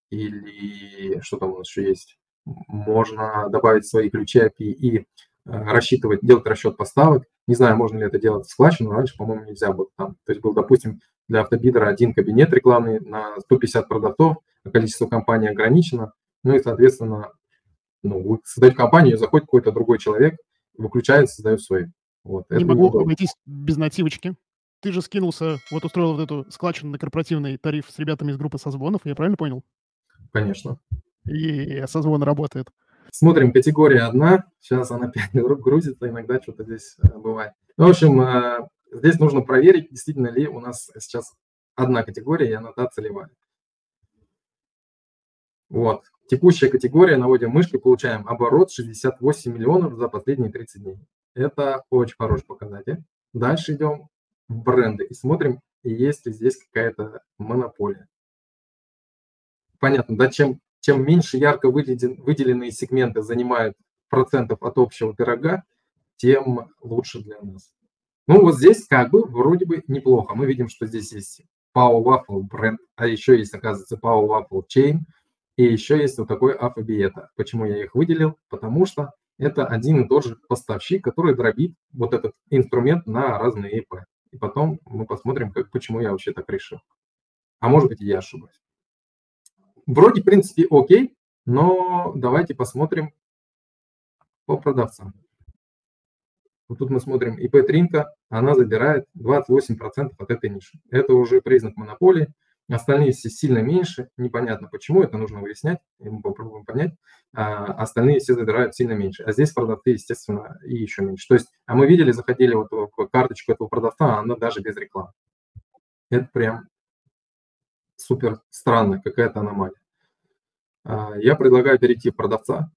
или что там у нас еще есть. Можно добавить свои ключи API и рассчитывать, делать расчет поставок. Не знаю, можно ли это делать в складчину, раньше, по-моему, нельзя было там. То есть был, допустим, для автобидера один кабинет рекламный на 150 продавцов, а количество компаний ограничено. Ну и, соответственно, вы создаете компанию, заходит какой-то другой человек, выключает, создает свой. Вот. Не Это могу неудобно. обойтись без нативочки. Ты же скинулся, вот устроил вот эту складчину на корпоративный тариф с ребятами из группы созвонов, я правильно понял? Конечно. И созвон работает. Смотрим, категория 1. Сейчас она опять грузится, иногда что-то здесь бывает. Ну, в общем, здесь нужно проверить, действительно ли у нас сейчас одна категория, и она та целевая. Вот. Текущая категория, наводим мышкой, получаем оборот 68 миллионов за последние 30 дней. Это очень хороший показатель. Дальше идем в бренды и смотрим, есть ли здесь какая-то монополия. Понятно, да, чем меньше ярко выделенные сегменты занимают процентов от общего пирога, тем лучше для нас. Ну, вот здесь как бы вроде бы неплохо. Мы видим, что здесь есть Pau Waffle бренд, а еще есть, оказывается, Pau Waffle Chain, и еще есть вот такой Afrobieta. Почему я их выделил? Потому что это один и тот же поставщик, который дробит вот этот инструмент на разные ИП. И потом мы посмотрим, почему я вообще так решил. А может быть, и я ошибаюсь. Вроде, в принципе, окей, но давайте посмотрим по продавцам. Вот тут мы смотрим ИП Тринка, она забирает 28% от этой ниши. Это уже признак монополии. Остальные все сильно меньше, непонятно почему, это нужно выяснять, и мы попробуем понять. Остальные все забирают сильно меньше. А здесь продавцы, естественно, и еще меньше. То есть, а мы видели, заходили вот в карточку этого продавца, а она даже без рекламы. Это прям супер странно, какая-то аномалия. Я предлагаю перейти в продавца.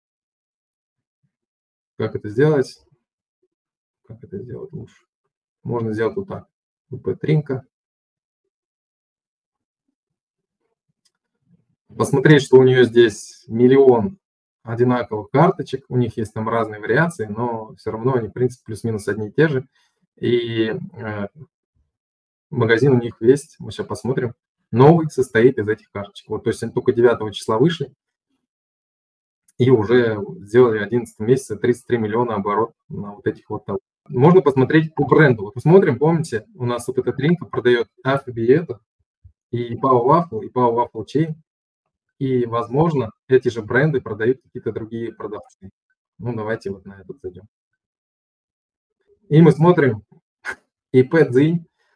Как это сделать? Как это сделать лучше? Можно сделать вот так. ИП Тринка. Посмотреть, что у нее здесь миллион одинаковых карточек. У них есть там разные вариации, но все равно они, в принципе, плюс-минус одни и те же. И магазин у них есть, мы сейчас посмотрим, новый состоит из этих карточек. Вот, то есть они только 9 числа вышли и уже сделали в 11 месяце 33 миллиона оборот на вот этих вот товарах. Можно посмотреть по бренду. Вот посмотрим, помните, у нас вот эта Тринка продает Afrobieta и Pau Waffle, и Pau Waffle Chain. И, возможно, эти же бренды продают какие-то другие продавцы. Ну, давайте вот на этот зайдем. И мы смотрим ИП Дзинь.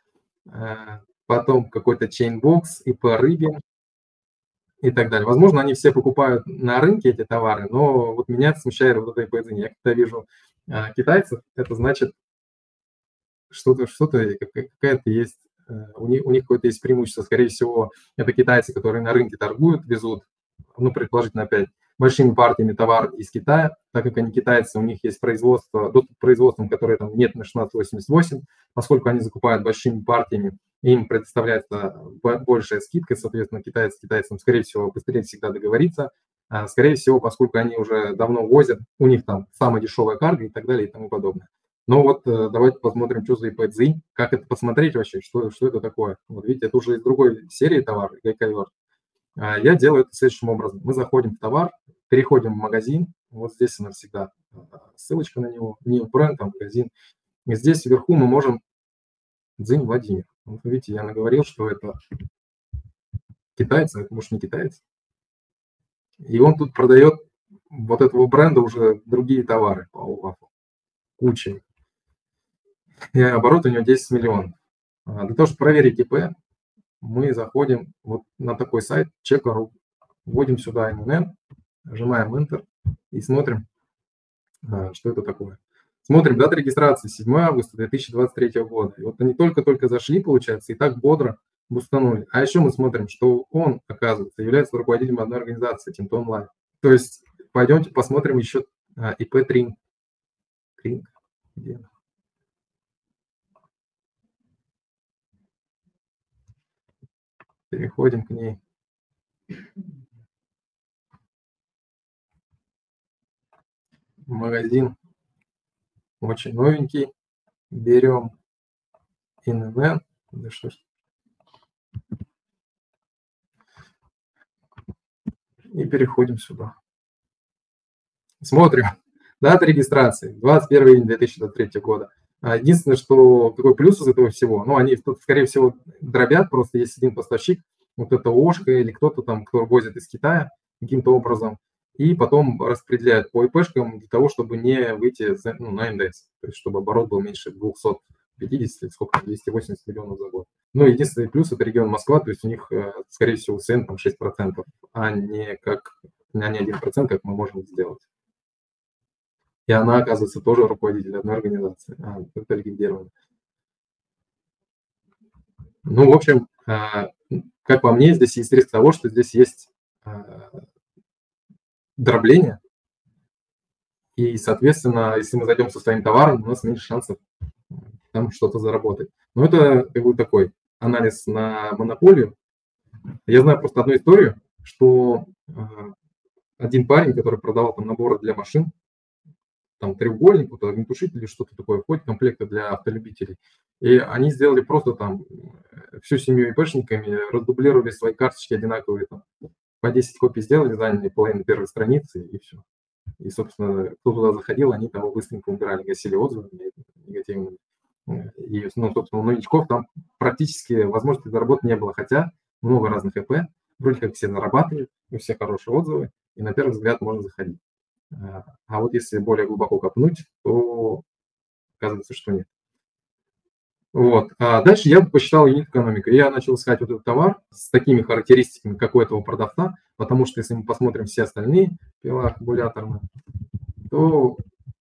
потом какой-то Chainbox, ИП Рыбин и так далее. Возможно, они все покупают на рынке эти товары, но вот меня смущает вот это ИП. Я когда вижу китайцев, это значит, что-то, какая-то есть, у них какое-то есть преимущество. Скорее всего, это китайцы, которые на рынке торгуют, везут, ну, предположительно, опять, большими партиями товар из Китая, так как они китайцы, у них есть производство, доступ к производствам, которые там нет на 1688, поскольку они закупают большими партиями, им предоставляется большая скидка, соответственно, китайцы с китайцам, скорее всего, быстрее всегда договориться. Скорее всего, поскольку они уже давно возят, у них там самая дешевая карго и так далее и тому подобное. Но вот давайте посмотрим, что за ИП-ДЗИ, как это посмотреть вообще, что это такое. Вот видите, это уже из другой серии товара, Гайковер. Я делаю это следующим образом. Мы заходим в товар, переходим в магазин, вот здесь она всегда ссылочка на него, не в бренд, а в магазин. И здесь вверху мы можем Дзинь Владимир. Вот видите, я наговорил, что это китайец, а это может не китаец. И он тут продает вот этого бренда уже другие товары по УАФу. Куча. И оборот у него 10 миллионов. Для того, чтобы проверить ИП, мы заходим вот на такой сайт Checker.ru, вводим сюда ННН, нажимаем Enter и смотрим, что это такое. Смотрим, дата регистрации 7 августа 2023 года. И вот они только-только зашли, получается, и так бодро бустанули. А еще мы смотрим, что он, оказывается, является руководителем одной организации, Тинто Онлайн. То есть пойдемте посмотрим еще ИП Тринг. Тринг? Где она? Переходим к ней. Магазин очень новенький. Берем ИНН. Да что ж. И переходим сюда. Смотрим. Дата регистрации 21 июня 2023 года. Единственное, что какой плюс из этого всего, ну, они, скорее всего, дробят, просто есть один поставщик, вот это Ошка или кто-то там, кто возит из Китая каким-то образом, и потом распределяют по ИПшкам для того, чтобы не выйти на НДС, то есть чтобы оборот был меньше 250, сколько, 280 миллионов за год. Ну, единственный плюс – это регион Москва, то есть у них, скорее всего, СН там 6%, а не 1%, как мы можем сделать. И она, оказывается, тоже руководитель одной организации. Это легендарно. Ну, в общем, как по мне, здесь есть риск того, что здесь есть дробление. И, соответственно, если мы зайдем со своим товаром, у нас меньше шансов там что-то заработать. Но это как бы такой анализ на монополию. Я знаю просто одну историю, что один парень, который продавал там наборы для машин, там треугольник, вот огнетушитель или что-то такое, входит комплекты для автолюбителей. И они сделали просто там всю семью ИПшниками, раздублировали свои карточки одинаковые, там, по 10 копий сделали, заняли половину первой страницы и все. И, собственно, кто туда заходил, они там быстренько убирали, гасили отзывы негативными. И, ну, собственно, у новичков там практически возможности заработать не было, хотя много разных ИП, вроде как все зарабатывают, у всех хорошие отзывы, и на первый взгляд можно заходить. А вот если более глубоко копнуть, то оказывается, что нет. Вот. А дальше я посчитал юнит-экономику, и я начал искать вот этот товар с такими характеристиками, как у этого продавца, потому что если мы посмотрим все остальные пила аккумуляторные, то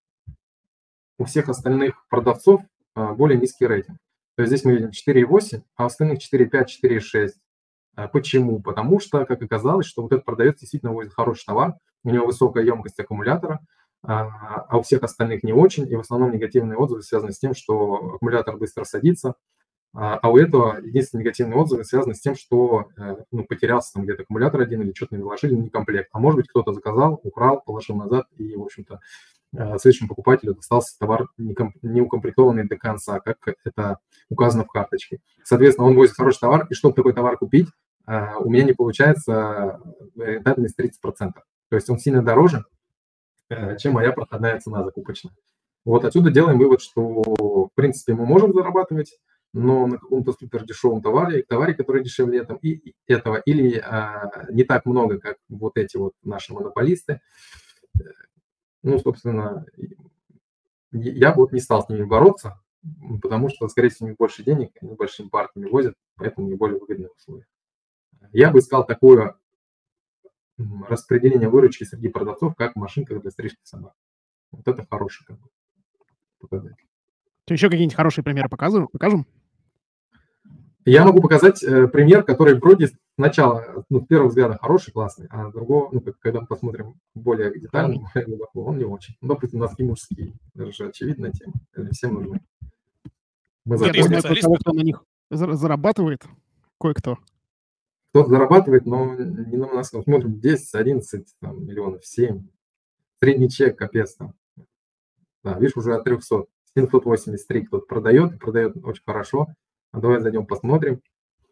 у всех остальных продавцов более низкий рейтинг. То есть здесь мы видим 4,8, а у остальных 4,5, 4,6. Почему? Потому что, как оказалось, что вот этот продавец действительно возит хороший товар, у него высокая емкость аккумулятора, а у всех остальных не очень, и в основном негативные отзывы связаны с тем, что аккумулятор быстро садится, а у этого единственный негативный отзыв связан с тем, что потерялся там где-то аккумулятор один или что-то не вложили, не комплект. А может быть, кто-то заказал, украл, положил назад, и, в общем-то, следующему покупателю достался товар не укомплектованный до конца, как это указано в карточке. Соответственно, он возит хороший товар, и чтобы такой товар купить, у меня не получается рентабельность 30%. То есть он сильно дороже, чем моя проходная цена закупочная. Вот отсюда делаем вывод, что, в принципе, мы можем зарабатывать, но на каком-то супер дешевом товаре, который дешевле этого, или не так много, как вот эти вот наши монополисты. Ну, собственно, я бы вот не стал с ними бороться, потому что, скорее всего, у них больше денег, они большими партиями возят, поэтому не более выгодные условия. Я бы искал такое распределение выручки среди продавцов, как в машинках для стрижки собак. Вот это хороший показатель. Еще какие-нибудь хорошие примеры покажем? Я могу показать пример, который вроде сначала, с первого взгляда хороший, классный, а другого, когда мы посмотрим более детально, более глубоко, он не очень. Допустим, носки мужские. Это же очевидная тема. Это всем нужны. Ты Я знаю специалист? кое-кого, кто на них зарабатывает. Кое-кто. Кто-то зарабатывает, но не на носках. Смотрим 10-11 миллионов, 7. Средний чек, капец там. Да, видишь, уже от 300. 783 кто-то продает, и продает очень хорошо. А давай зайдем посмотрим.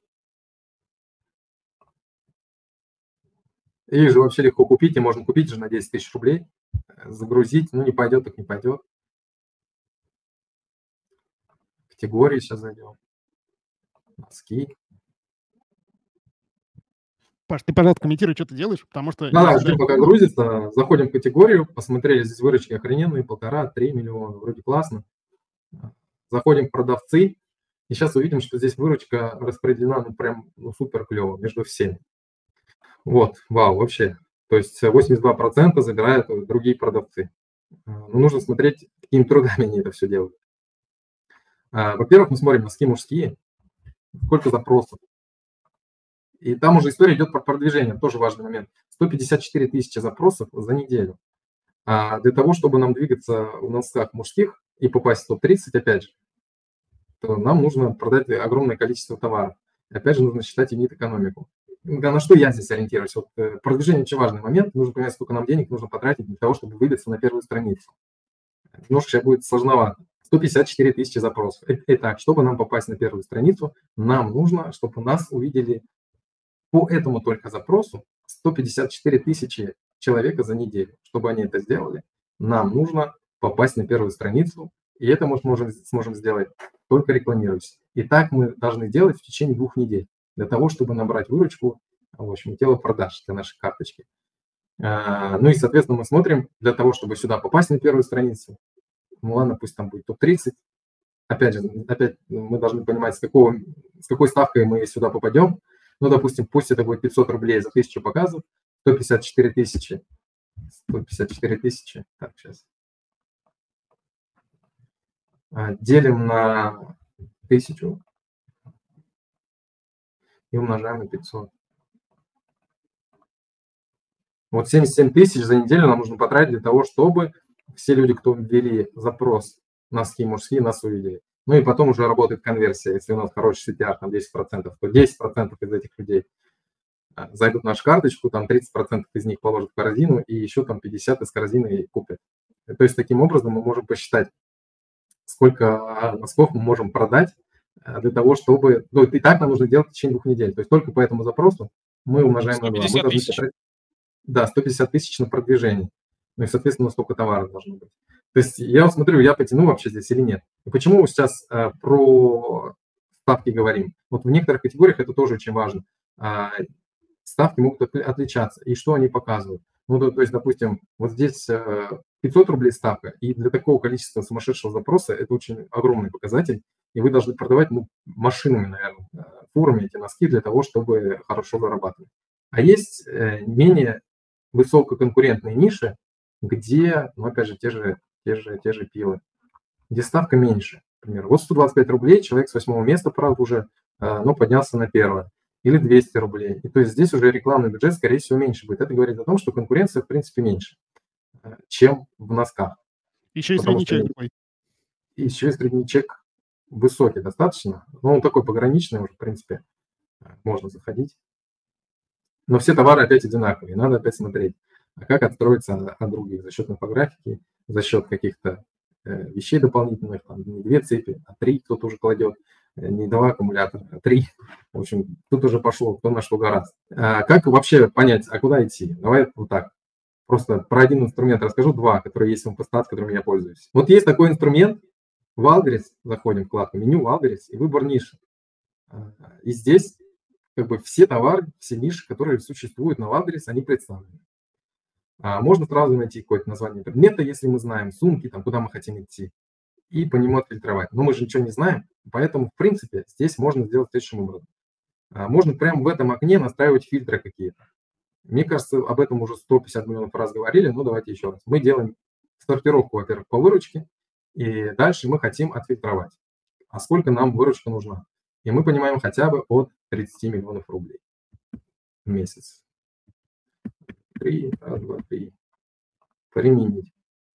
Их же вообще легко купить, и можно купить же на 10 тысяч рублей, загрузить, не пойдет, так не пойдет. Категории сейчас зайдем. Носки. Паш, ты, пожалуйста, комментируй, что ты делаешь, потому что... Да, ждем, пока грузится. Заходим в категорию, посмотрели, здесь выручки охрененные, 1,5-3 миллиона, вроде классно. Заходим в продавцы, и сейчас увидим, что здесь выручка распределена, прям супер клево, между всеми. Вот, вау, вообще. То есть 82% забирают другие продавцы. Нужно смотреть, какими трудами они это все делают. Во-первых, мы смотрим носки мужские, сколько запросов. И там уже история идет про продвижение, тоже важный момент. 154 тысячи запросов за неделю. А для того, чтобы нам двигаться в носках мужских и попасть в топ-30, опять же, то нам нужно продать огромное количество товаров. И опять же, нужно считать юнит-экономику. На что я здесь ориентируюсь? Вот, продвижение очень важный момент. Нужно понимать, сколько нам денег нужно потратить для того, чтобы выбиться на первую страницу. Немножко сейчас будет сложновато. 154 тысячи запросов. Итак, чтобы нам попасть на первую страницу, нам нужно, чтобы нас увидели по этому только запросу 154 тысячи человека за неделю. Чтобы они это сделали, нам нужно попасть на первую страницу, и это мы сможем сделать только рекламируясь. И так мы должны делать в течение 2 недель, для того, чтобы набрать выручку, в общем, тело продаж для нашей карточки. И, соответственно, мы смотрим для того, чтобы сюда попасть на первую страницу. Ладно, пусть там будет топ-30. Опять мы должны понимать, с какой ставкой мы сюда попадем. Допустим, пусть это будет 500 рублей за 1000 показов, 154 тысячи. 154 тысячи. Так, сейчас. Делим на 1000 и умножаем на 500. Вот 77 тысяч за неделю нам нужно потратить для того, чтобы все люди, кто ввели запрос носки мужские, нас увидели. И потом уже работает конверсия. Если у нас хороший CTR, там 10%, то 10% из этих людей зайдут в нашу карточку, там 30% из них положат в корзину, и еще там 50% из корзины купят. То есть таким образом мы можем посчитать, сколько носков мы можем продать для того, чтобы... и так нам нужно делать в течение 2 недель. То есть только по этому запросу мы умножаем на 2. 150 тысяч. Да, 150 тысяч на продвижение. И, соответственно, столько товаров должно быть. То есть я смотрю, я потяну вообще здесь или нет. И почему сейчас про ставки говорим? Вот в некоторых категориях это тоже очень важно. Ставки могут отличаться. И что они показывают? То есть, допустим, вот здесь 500 рублей ставка, и для такого количества сумасшедшего запроса это очень огромный показатель, и вы должны продавать машинами, наверное, фурами эти носки для того, чтобы хорошо зарабатывать. А есть менее высококонкурентные ниши, где, опять же, те же пилы, где ставка меньше. Например, вот 125 рублей, человек с 8 места, правда, уже, поднялся на 1. Или 200 рублей. И то есть здесь уже рекламный бюджет, скорее всего, меньше будет. Это говорит о том, что конкуренция, в принципе, меньше, чем в носках. Еще и средний чек такой. И еще и средний чек высокий достаточно. Он такой пограничный уже, в принципе, можно заходить. Но все товары опять одинаковые. Надо опять смотреть, как отстроиться от других за счет инфографики, за счет каких-то вещей дополнительных, там, не 2 цепи, а 3 кто-то уже кладет. Не 2 аккумулятора, а 3. В общем, тут уже пошло, кто на что гораздо. Как вообще понять, куда идти? Давай вот так. Просто про один инструмент расскажу, 2, которые есть в Mpostат, которыми я пользуюсь. Вот есть такой инструмент, Wildberries, заходим в вкладку меню Wildberries и выбор ниши. И здесь все товары, все ниши, которые существуют на Wildberries, они представлены. Можно сразу найти какое-то название предмета, если мы знаем, сумки, там, куда мы хотим идти. и по нему отфильтровать. Но мы же ничего не знаем, поэтому, в принципе, здесь можно сделать следующим образом. Можно прямо в этом окне настраивать фильтры какие-то. Мне кажется, об этом уже 150 миллионов раз говорили, но давайте еще раз. Мы делаем сортировку, во-первых, по выручке, и дальше мы хотим отфильтровать. А сколько нам выручка нужна? И мы понимаем хотя бы от 30 миллионов рублей в месяц. 3, 2, 3. Применить.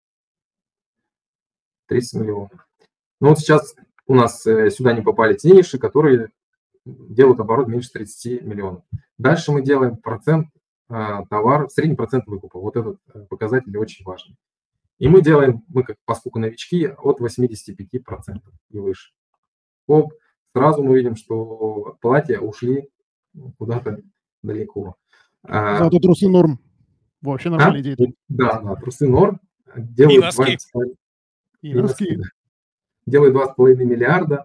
30 миллионов. Ну вот сейчас у нас сюда не попали те ниши, которые делают оборот меньше 30 миллионов. Дальше мы делаем процент товара, средний процент выкупа. Вот этот показатель очень важный. И мы делаем, поскольку новички, от 85% и выше. Оп, сразу мы видим, что платья ушли куда-то далеко. Зато трусы норм. Вообще нормальная идея. Да, трусы норм. Делают носки. И носки. Делают 2,5 миллиарда.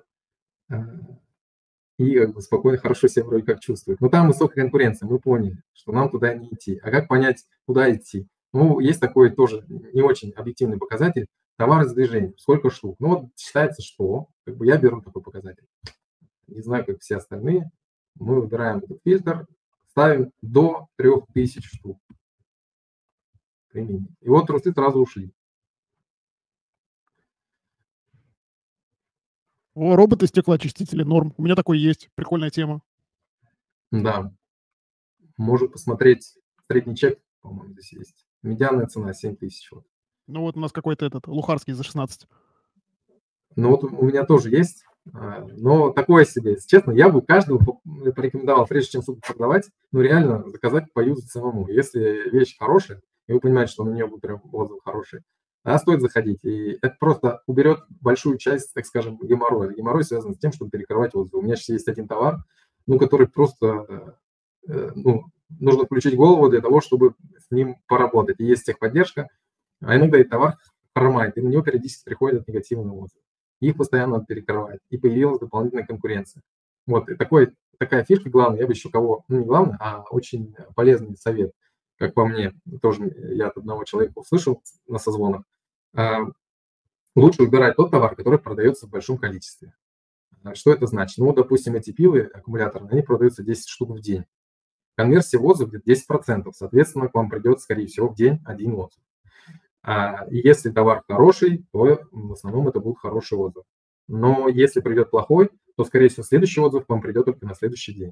И спокойно, хорошо себя вроде как чувствует. Но там высокая конкуренция, мы поняли, что нам туда не идти. А как понять, куда идти? Ну, есть такой тоже не очень объективный показатель – товары с движением. Сколько штук? Ну, вот считается, что я беру такой показатель. Не знаю, как все остальные. Мы выбираем этот фильтр, ставим до 3000 штук. Применить. И вот трусы сразу ушли. О, роботы-стеклоочистители норм. У меня такой есть. Прикольная тема. Да. Можно посмотреть средний чек, по-моему, здесь есть. Медианная цена 7000. Вот. Ну вот у нас какой-то Лухарский за 16. Ну вот у меня тоже есть, но такое себе. Если честно, я бы каждому порекомендовал, прежде чем что-то продавать, ну реально заказать, поюзать самому. Если вещь хорошая, и вы понимаете, что на нее будет прям отзыв хороший, стоит заходить. И это просто уберет большую часть, так скажем, геморроя. Геморрой связан с тем, чтобы перекрывать отзывы. У меня сейчас есть один товар, который просто нужно включить голову для того, чтобы с ним поработать. И есть техподдержка, а иногда и товар хромает, и на него периодически приходят негативные отзывы. Их постоянно надо перекрывать. И появилась дополнительная конкуренция. Вот, и такая фишка главная, я бы еще не главное, а очень полезный совет, как по мне, тоже я от одного человека услышал на созвонах. Лучше выбирать тот товар, который продается в большом количестве. Что это значит? Ну, допустим, эти пилы аккумуляторные, они продаются 10 штук в день. Конверсия в отзыв где-то 10%, соответственно, к вам придет, скорее всего, в день один отзыв. И если товар хороший, то в основном это будет хороший отзыв. Но если придет плохой, то, скорее всего, следующий отзыв к вам придет только на следующий день.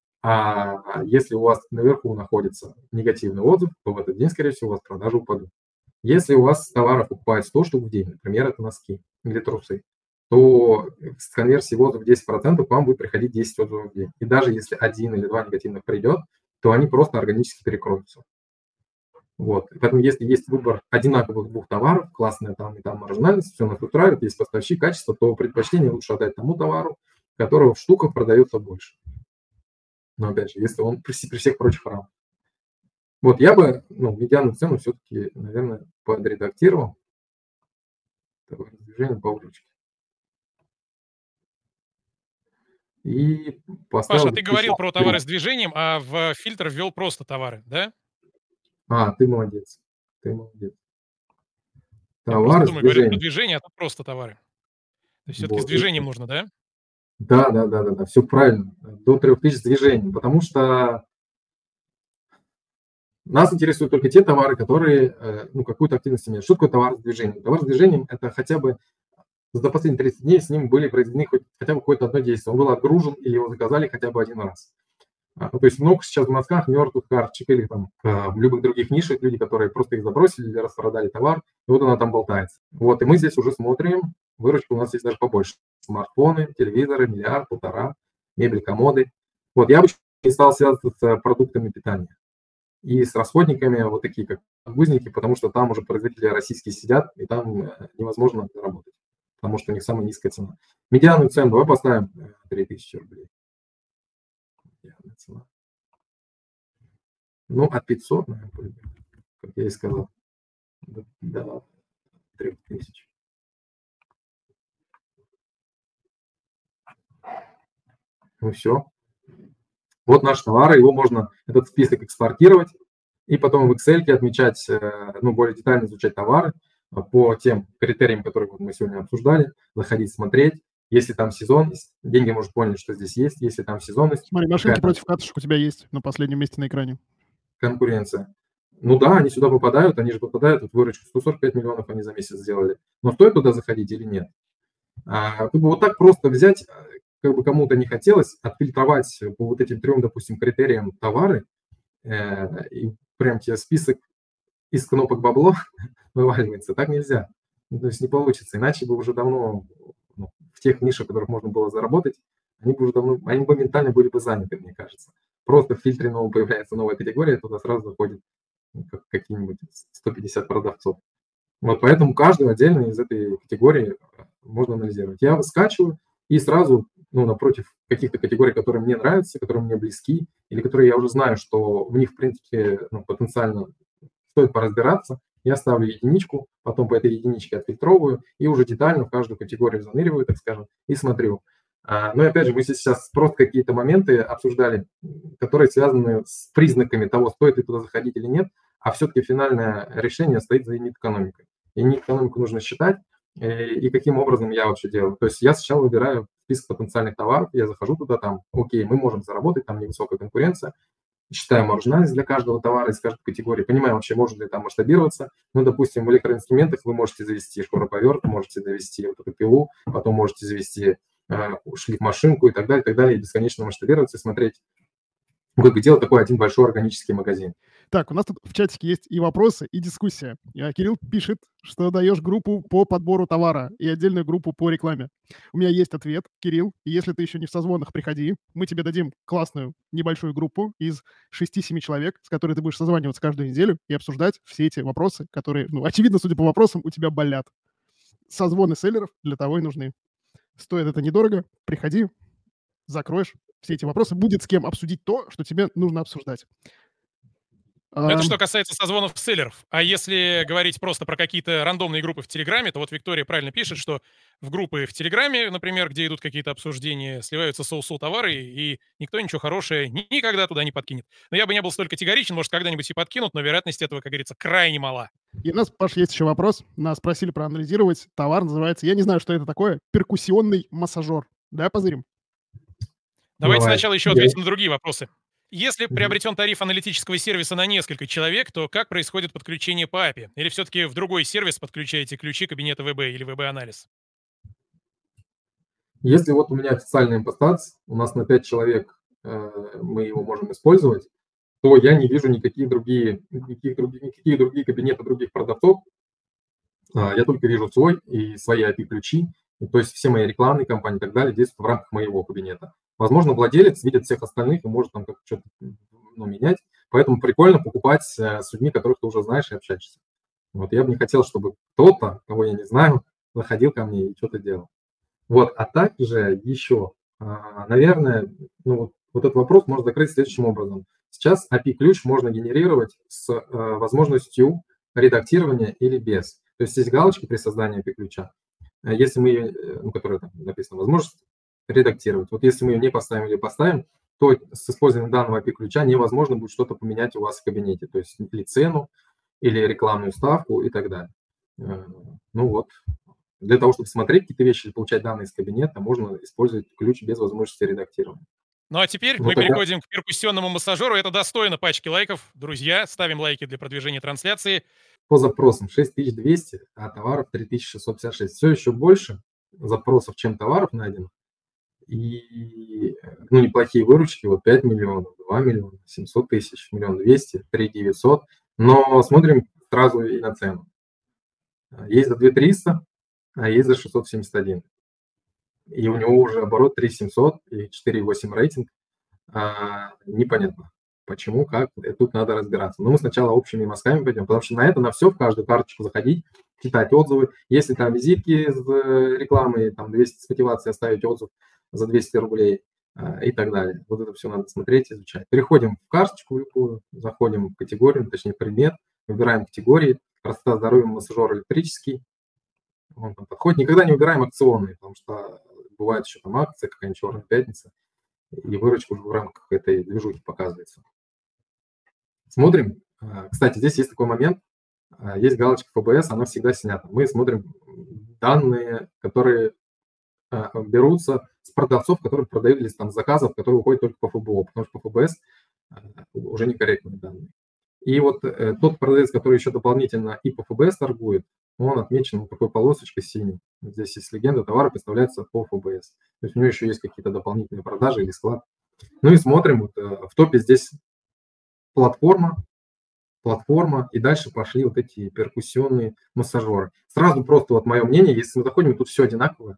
А если у вас наверху находится негативный отзыв, то в этот день, скорее всего, у вас продажи упадут. Если у вас товаров покупает 100 штук в день, например, это носки или трусы, то с конверсией в отзыв 10% к вам будет приходить 10 отзывов в день. И даже если 1 или 2 негативных придет, то они просто органически перекроются. Вот. Поэтому если есть выбор одинаковых двух товаров, классная там и там маржинальность, все нас устраивает, есть поставщик, качество, то предпочтение лучше отдать тому товару, которого в штуках продается больше. Но опять же, если он при всех прочих равных. Вот я бы медианную цену все-таки, наверное, подредактировал. Движение по выручке. И Паша, ты говорил про товары с движением, а в фильтр ввел просто товары, да? Ты молодец. Ты молодец. Товары с движением. Говорят про движение, а тут просто товары. То есть все-таки с движением нужно, да? Да, все правильно. До 3000 с движением, потому что нас интересуют только те товары, которые какую-то активность имеют. Что такое товар с движением? Товар с движением – это хотя бы за последние 30 дней с ним были произведены хотя бы какое-то одно действие. Он был отгружен или его заказали хотя бы один раз. То есть много сейчас в носках мертвых карточек или там в любых других нишах люди, которые просто их забросили или распродали товар, и вот она там болтается. Вот, и мы здесь уже смотрим, выручка у нас есть даже побольше. Смартфоны, телевизоры, 1-1,5 миллиарда, мебель, комоды. Вот, я бы не стал связываться с продуктами питания и с расходниками, вот такие как гузники, потому что там уже производители российские сидят, и там невозможно заработать, потому что у них самая низкая цена. Медианную цену давай поставим 3000 рублей. Цена. От 500, наверное, как я и сказал, до 3000. Все. Вот наш товар, его можно, этот список экспортировать, и потом в Excel отмечать, более детально изучать товары, по тем критериям, которые мы сегодня обсуждали, заходить, смотреть. Если там сезонность, деньги мы уже поняли, что здесь есть. Если там сезонность, Смотри, машинки против катышек у тебя есть на последнем месте на экране. конкуренция. Ну да, они сюда попадают, они же попадают, вот выручку 145 миллионов они за месяц сделали. Но стоит туда заходить или нет? Вот так просто взять, как бы кому-то не хотелось, отфильтровать по вот этим 3, допустим, критериям товары, и прям тебе список из кнопок бабло вываливается. Так нельзя. То есть не получится. Иначе бы уже давно в тех нишах, в которых можно было заработать, они бы моментально были бы заняты, мне кажется. Просто в фильтре появляется новая категория, туда сразу заходит какие-нибудь 150 продавцов. Вот поэтому каждую отдельно из этой категории можно анализировать. Я скачиваю и сразу, напротив каких-то категорий, которые мне нравятся, которые мне близки, или которые я уже знаю, что в них, в принципе, потенциально стоит поразбираться, я ставлю единичку, потом по этой единичке отфильтровываю и уже детально в каждую категорию заныриваю, так скажем, и смотрю. Но опять же, мы сейчас просто какие-то моменты обсуждали, которые связаны с признаками того, стоит ли туда заходить или нет, а все-таки финальное решение стоит за юнит-экономикой. Юнит-экономику нужно считать, и каким образом я вообще делаю. То есть я сначала выбираю список потенциальных товаров, я захожу туда, там, окей, мы можем заработать, там невысокая конкуренция, считаю маржинальность для каждого товара из каждой категории, понимаю вообще, можно ли там масштабироваться. Допустим, в электроинструментах вы можете завести шуруповерт, можете завести вот эту пилу, потом можете завести шлифмашинку и так далее, и бесконечно масштабироваться и смотреть, как бы делать такой один большой органический магазин. Так, у нас тут в чатике есть и вопросы, и дискуссия. Кирилл пишет, что даешь группу по подбору товара и отдельную группу по рекламе. У меня есть ответ, Кирилл. Если ты еще не в созвонах, приходи. Мы тебе дадим классную небольшую группу из 6-7 человек, с которой ты будешь созваниваться каждую неделю и обсуждать все эти вопросы, которые, очевидно, судя по вопросам, у тебя болят. Созвоны селлеров для того и нужны. Стоит это недорого. Приходи, закроешь все эти вопросы. Будет с кем обсудить то, что тебе нужно обсуждать. Это что касается созвонов селлеров. А если говорить просто про какие-то рандомные группы в Телеграме, то вот Виктория правильно пишет, что в группы в Телеграме, например, где идут какие-то обсуждения, сливаются соусу товары, и никто ничего хорошего никогда туда не подкинет. Но я бы не был столь категоричен, может, когда-нибудь и подкинут, но вероятность этого, как говорится, крайне мала. И у нас, Паш, есть еще вопрос. Нас просили проанализировать. Товар называется, я не знаю, что это такое, перкуссионный массажер. Да, позырим? Давайте Давай. сначала еще ответим на другие вопросы. Если приобретен тариф аналитического сервиса на несколько человек, то как происходит подключение по API? Или все-таки в другой сервис подключаете ключи кабинета ВБ или ВБ-анализ? Если вот у меня официальный импостац, у нас на 5 человек мы его можем использовать, то я не вижу никакие другие кабинеты других продавцов. Я только вижу свой и свои API-ключи. То есть все мои рекламные кампании и так далее действуют в рамках моего кабинета. Возможно, владелец видит всех остальных и может там как-то что-то менять. Поэтому прикольно покупать с людьми, которых ты уже знаешь и общаешься. Вот я бы не хотел, чтобы кто-то, кого я не знаю, заходил ко мне и что-то делал. Вот, а также еще, наверное, вот этот вопрос можно закрыть следующим образом. Сейчас API-ключ можно генерировать с возможностью редактирования или без. То есть есть галочки при создании API-ключа. Если мы ее, которая там написано, возможность редактировать. Вот если мы ее не поставим или поставим, то с использованием данного API-ключа невозможно будет что-то поменять у вас в кабинете. То есть или цену, или рекламную ставку и так далее. Для того, чтобы смотреть какие-то вещи или получать данные из кабинета, можно использовать ключ без возможности редактирования. Ну а теперь мы переходим к перкуссионному массажеру. Это достойно пачки лайков. Друзья, ставим лайки для продвижения трансляции. По запросам 6200, а товаров 3656. Все еще больше запросов, чем товаров найдено. И неплохие выручки, вот 5 миллионов, 2 миллиона, 700 тысяч, 1 200 000, 3 900. Но смотрим сразу и на цену. Есть за 2300, а есть за 671. И у него уже оборот 3700 и 4,8 рейтинг. Непонятно, почему, как. Тут надо разбираться. Но мы сначала общими мазками пойдем, потому что на все, в каждую карточку заходить, читать отзывы. Если там визитки с рекламой, там 200 с мотивацией оставить отзыв за 200 рублей и так далее. Вот это все надо смотреть, изучать. Переходим в карточку любую, заходим в категорию, точнее предмет, выбираем категории. Красота, здоровье, массажер электрический. Он там подходит. Никогда не выбираем акционные, потому что бывает еще там акция, какая-нибудь черная пятница, и выручка уже в рамках этой движухи показывается. Смотрим. Кстати, здесь есть такой момент. есть галочка ФБС, она всегда снята. Мы смотрим данные, которые берутся с продавцов, которые продают или там заказов, которые уходят только по ФБО, потому что по ФБС уже некорректные данные. И вот тот продавец, который еще дополнительно и по ФБС торгует, он отмечен вот такой полосочкой синей. Здесь есть легенда, товары поставляются по ФБС. То есть у него еще есть какие-то дополнительные продажи или склад. Ну и смотрим, вот, в топе здесь платформа, и дальше пошли вот эти перкуссионные массажеры. Сразу просто вот мое мнение, если мы заходим, тут все одинаковое,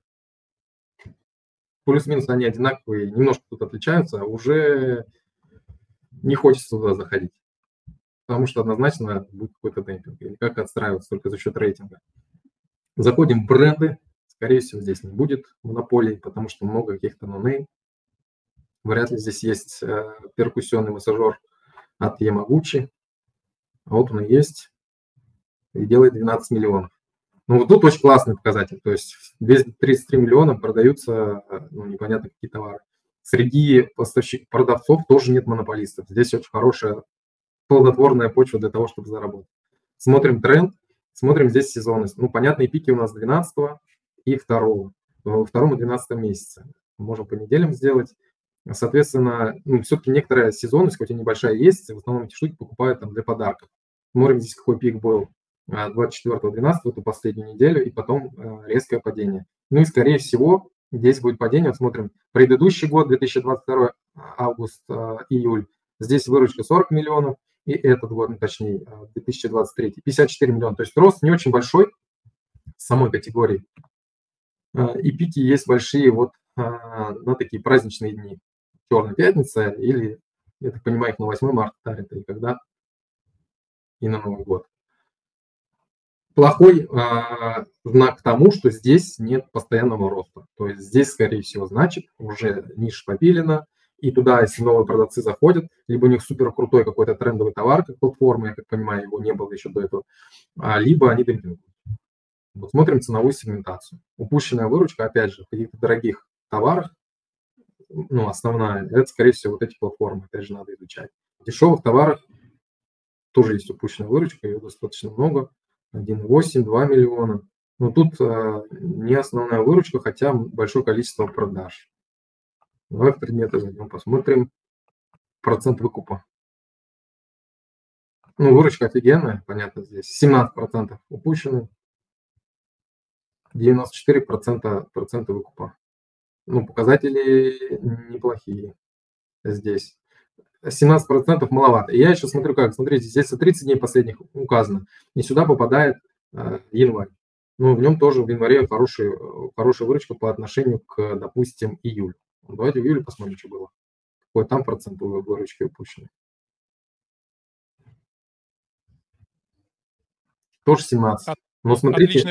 плюс-минус они одинаковые, немножко тут отличаются, уже не хочется туда заходить. Потому что однозначно будет какой-то демпинг. Или как отстраиваться только за счет рейтинга. Заходим в бренды. Скорее всего, здесь не будет монополии, потому что много каких-то нонейм. Вряд ли здесь есть перкуссионный массажер от Ямагучи. А вот он и есть. И делает 12 миллионов. Ну, вот тут очень классный показатель. То есть 233 миллиона продаются, непонятно какие товары. Среди продавцов тоже нет монополистов. Здесь очень хорошая плодотворная почва для того, чтобы заработать. Смотрим тренд, смотрим здесь сезонность. Ну, понятные пики у нас 12 и 2. Во 2 и 12 месяце. Можем по неделям сделать. Соответственно, все-таки некоторая сезонность, хоть и небольшая, есть. В основном эти штуки покупают там для подарков. Смотрим здесь, какой пик был 24-12, эту последнюю неделю, и потом резкое падение. Ну и, скорее всего, здесь будет падение. Вот смотрим, предыдущий год, 2022, август, июль, здесь выручка 40 миллионов, и этот год, точнее, 2023, 54 миллиона. То есть рост не очень большой самой категории. И пики есть большие вот на такие праздничные дни. Черная пятница или, я так понимаю, их на 8 марта тарят, или когда, и на Новый год. Плохой знак тому, что здесь нет постоянного роста. То есть здесь, скорее всего, значит, уже ниша попилена, и туда, если новые продавцы заходят, либо у них супер крутой какой-то трендовый товар, как платформа, я так понимаю, его не было еще до этого, либо они демпингуют. Вот смотрим ценовую сегментацию. Упущенная выручка, опять же, в каких-то дорогих товарах, основная, это, скорее всего, вот эти платформы, опять же, надо изучать. В дешевых товарах тоже есть упущенная выручка, ее достаточно много, 1,8, 2 миллиона. Но тут не основная выручка, хотя большое количество продаж. Давай в предметы зайдем, посмотрим процент выкупа. Выручка офигенная, понятно, здесь 17% упущены, 94% выкупа. Показатели неплохие здесь. 17% маловато. И я еще смотрю, смотрите, здесь 30 дней последних указано, и сюда попадает январь. В нем тоже в январе хорошая выручка по отношению к, допустим, июлю. Давайте в июле посмотрим, что было. Какой там процент выручки упущенный. Тоже 17. Но смотрите,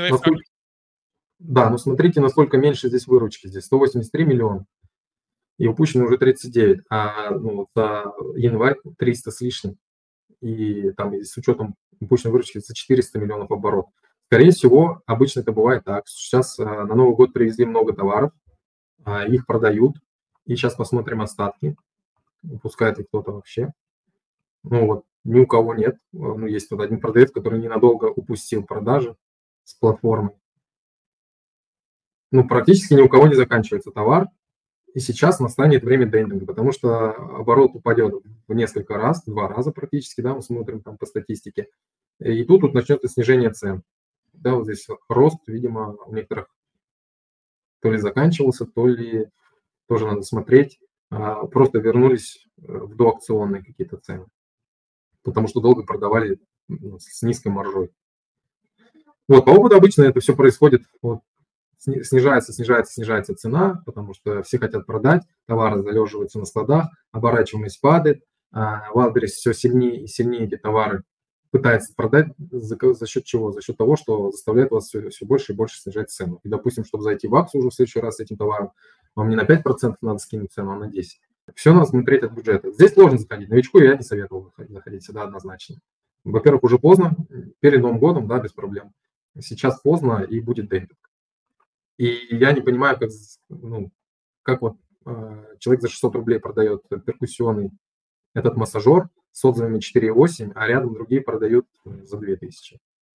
насколько меньше здесь выручки. Здесь 183 миллиона. И упущено уже 39. А за январь 300 с лишним. И там с учетом упущенной выручки за 400 миллионов оборот. Скорее всего, обычно это бывает так. Сейчас на Новый год привезли много товаров, их продают. И сейчас посмотрим остатки. Упускает ли кто-то вообще. Ни у кого нет. Есть вот один продавец, который ненадолго упустил продажи с платформы. Практически ни у кого не заканчивается товар. И сейчас настанет время демпинга, потому что оборот упадет в несколько раз, 2 раза практически, да, мы смотрим там по статистике. И тут начнется снижение цен. Да, вот здесь рост, видимо, у некоторых то ли заканчивался, то ли тоже надо смотреть. Просто вернулись в доакционные какие-то цены, потому что долго продавали с низкой маржой. По опыту обычно это все происходит. Снижается цена, потому что все хотят продать, товары залеживаются на складах, оборачиваемость падает, Wildberries все сильнее и сильнее эти товары пытается продать за счет чего? За счет того, что заставляет вас все больше и больше снижать цену. И, допустим, чтобы зайти в акцию уже в следующий раз с этим товаром, вам не на 5% надо скинуть цену, а на 10%. Все надо смотреть от бюджета. Здесь сложно заходить. Новичку я не советовал заходить сюда однозначно. Во-первых, уже поздно, перед Новым годом, да, без проблем. Сейчас поздно и будет демпинг. И я не понимаю, как человек за 600 рублей продает перкуссионный этот массажер с отзывами 4,8, а рядом другие продают за 2000.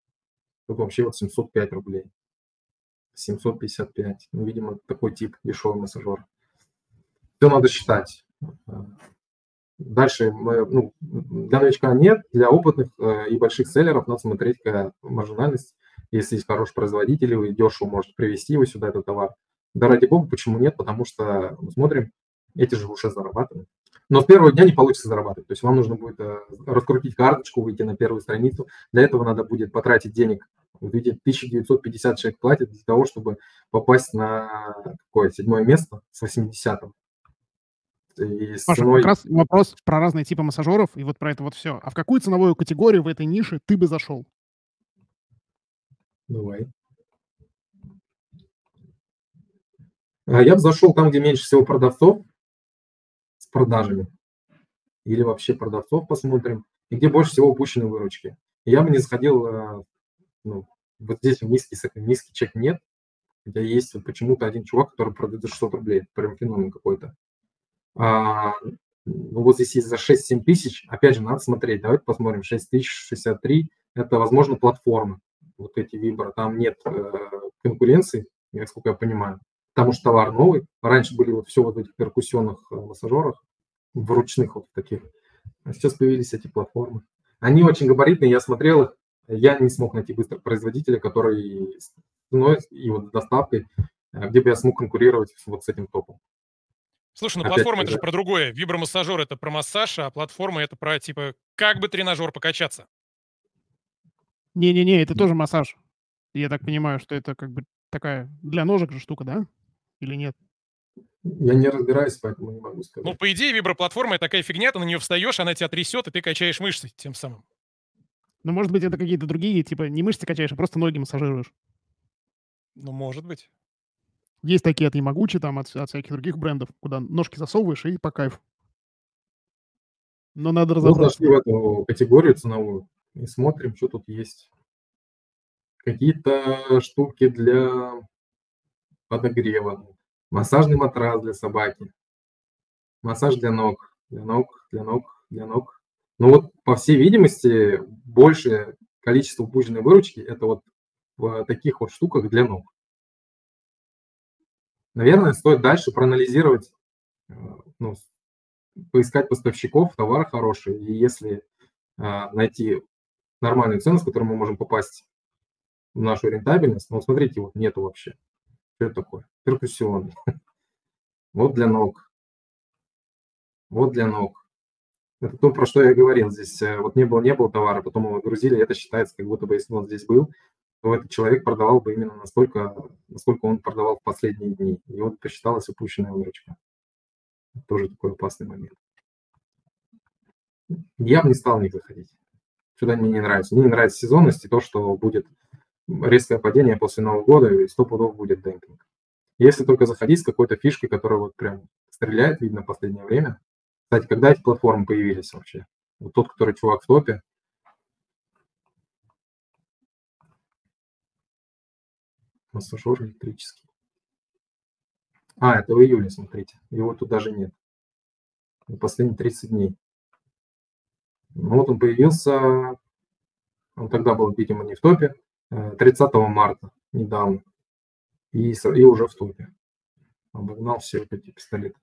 Тут вообще вот 705 рублей. 755. Ну, видимо, такой тип дешевый массажер. Все надо считать. Дальше для новичка нет, для опытных и больших селлеров надо смотреть, какая маржинальность. Если есть хороший производитель, и дешево может привезти его сюда, этот товар. Да ради бога, почему нет? Потому что смотрим, эти же уже зарабатывают. Но с первого дня не получится зарабатывать. То есть вам нужно будет раскрутить карточку, выйти на первую страницу. Для этого надо будет потратить денег. Вот видите, 1950 человек платит для того, чтобы попасть на какое 7-е место с 80-м. И с Паша, ценой... как раз вопрос про разные типы массажеров и вот про это вот все. А в какую ценовую категорию в этой нише ты бы зашел? Давай. Я бы зашел там, где меньше всего продавцов с продажами. Или вообще продавцов посмотрим. И где больше всего упущенной выручки. И я бы не заходил, вот здесь низкий чек нет. Хотя есть вот почему-то один чувак, который продает за 600 рублей. Прям феномен какой-то. Вот здесь есть за 6-7 тысяч. Опять же, надо смотреть. Давайте посмотрим. 6063. Это, возможно, платформа. Вот эти Vibra. Там нет конкуренции, насколько я понимаю. Потому что товар новый. Раньше были вот все вот в этих перкуссионных массажерах, в ручных вот таких. А сейчас появились эти платформы. Они очень габаритные, я смотрел их. Я не смог найти быстро производителя, который с ценой и вот с доставкой, где бы я смог конкурировать вот с этим топом. Слушай, ну Опять платформа же, это же про другое. Вибромассажер это про массаж, а платформа это про типа как бы тренажер покачаться. Не-не-не, это тоже массаж. Я так понимаю, что это как бы такая для ножек же штука, да? Или нет? Я не разбираюсь, поэтому не могу Ну, сказать. по идее, виброплатформа это такая фигня, ты на нее встаешь, она тебя трясет, и ты качаешь мышцы тем самым. Ну, может быть, это какие-то другие, типа не мышцы качаешь, а просто ноги массажируешь. Ну, может быть. Есть такие от Ямагучи, там, от всяких других брендов, куда ножки засовываешь и по кайфу. Но надо Вот разобраться. зашли в эту категорию ценовую и смотрим, что тут есть. Какие-то штуки для подогрева. Массажный матрас для собаки. Массаж для ног. Для ног, для ног, для ног. Но вот, по всей видимости, большее количество упущенной выручки – это вот в таких вот штуках для ног. Наверное, стоит дальше проанализировать, поискать поставщиков, товар хороший, и если найти нормальную цену, с которой мы можем попасть в нашу рентабельность, но вот смотрите, вот нету вообще. Что это такое? Перкуссионный. Вот для ног. Вот для ног. Это то, про что я говорил. Здесь вот не было товара, потом его грузили, это считается, как будто бы если он здесь был, то этот человек продавал бы именно настолько, насколько он продавал в последние дни. И вот посчиталась упущенная выручка. Тоже такой опасный момент. Я бы не стал в них заходить. Сюда мне не нравится. Мне не нравится сезонность и то, что будет резкое падение после Нового года, и 100 пудов будет демпинг. Если только заходить с какой-то фишкой, которая вот прям стреляет, видно, в последнее время. Кстати, когда эти платформы появились вообще? Вот тот, который чувак в топе. Массажер электрический. Это в июле, смотрите. Его тут даже нет. Последние 30 дней. Ну вот он появился, он тогда был, видимо, не в топе, 30 марта, недавно. И уже в топе. Обогнал все вот эти пистолеты.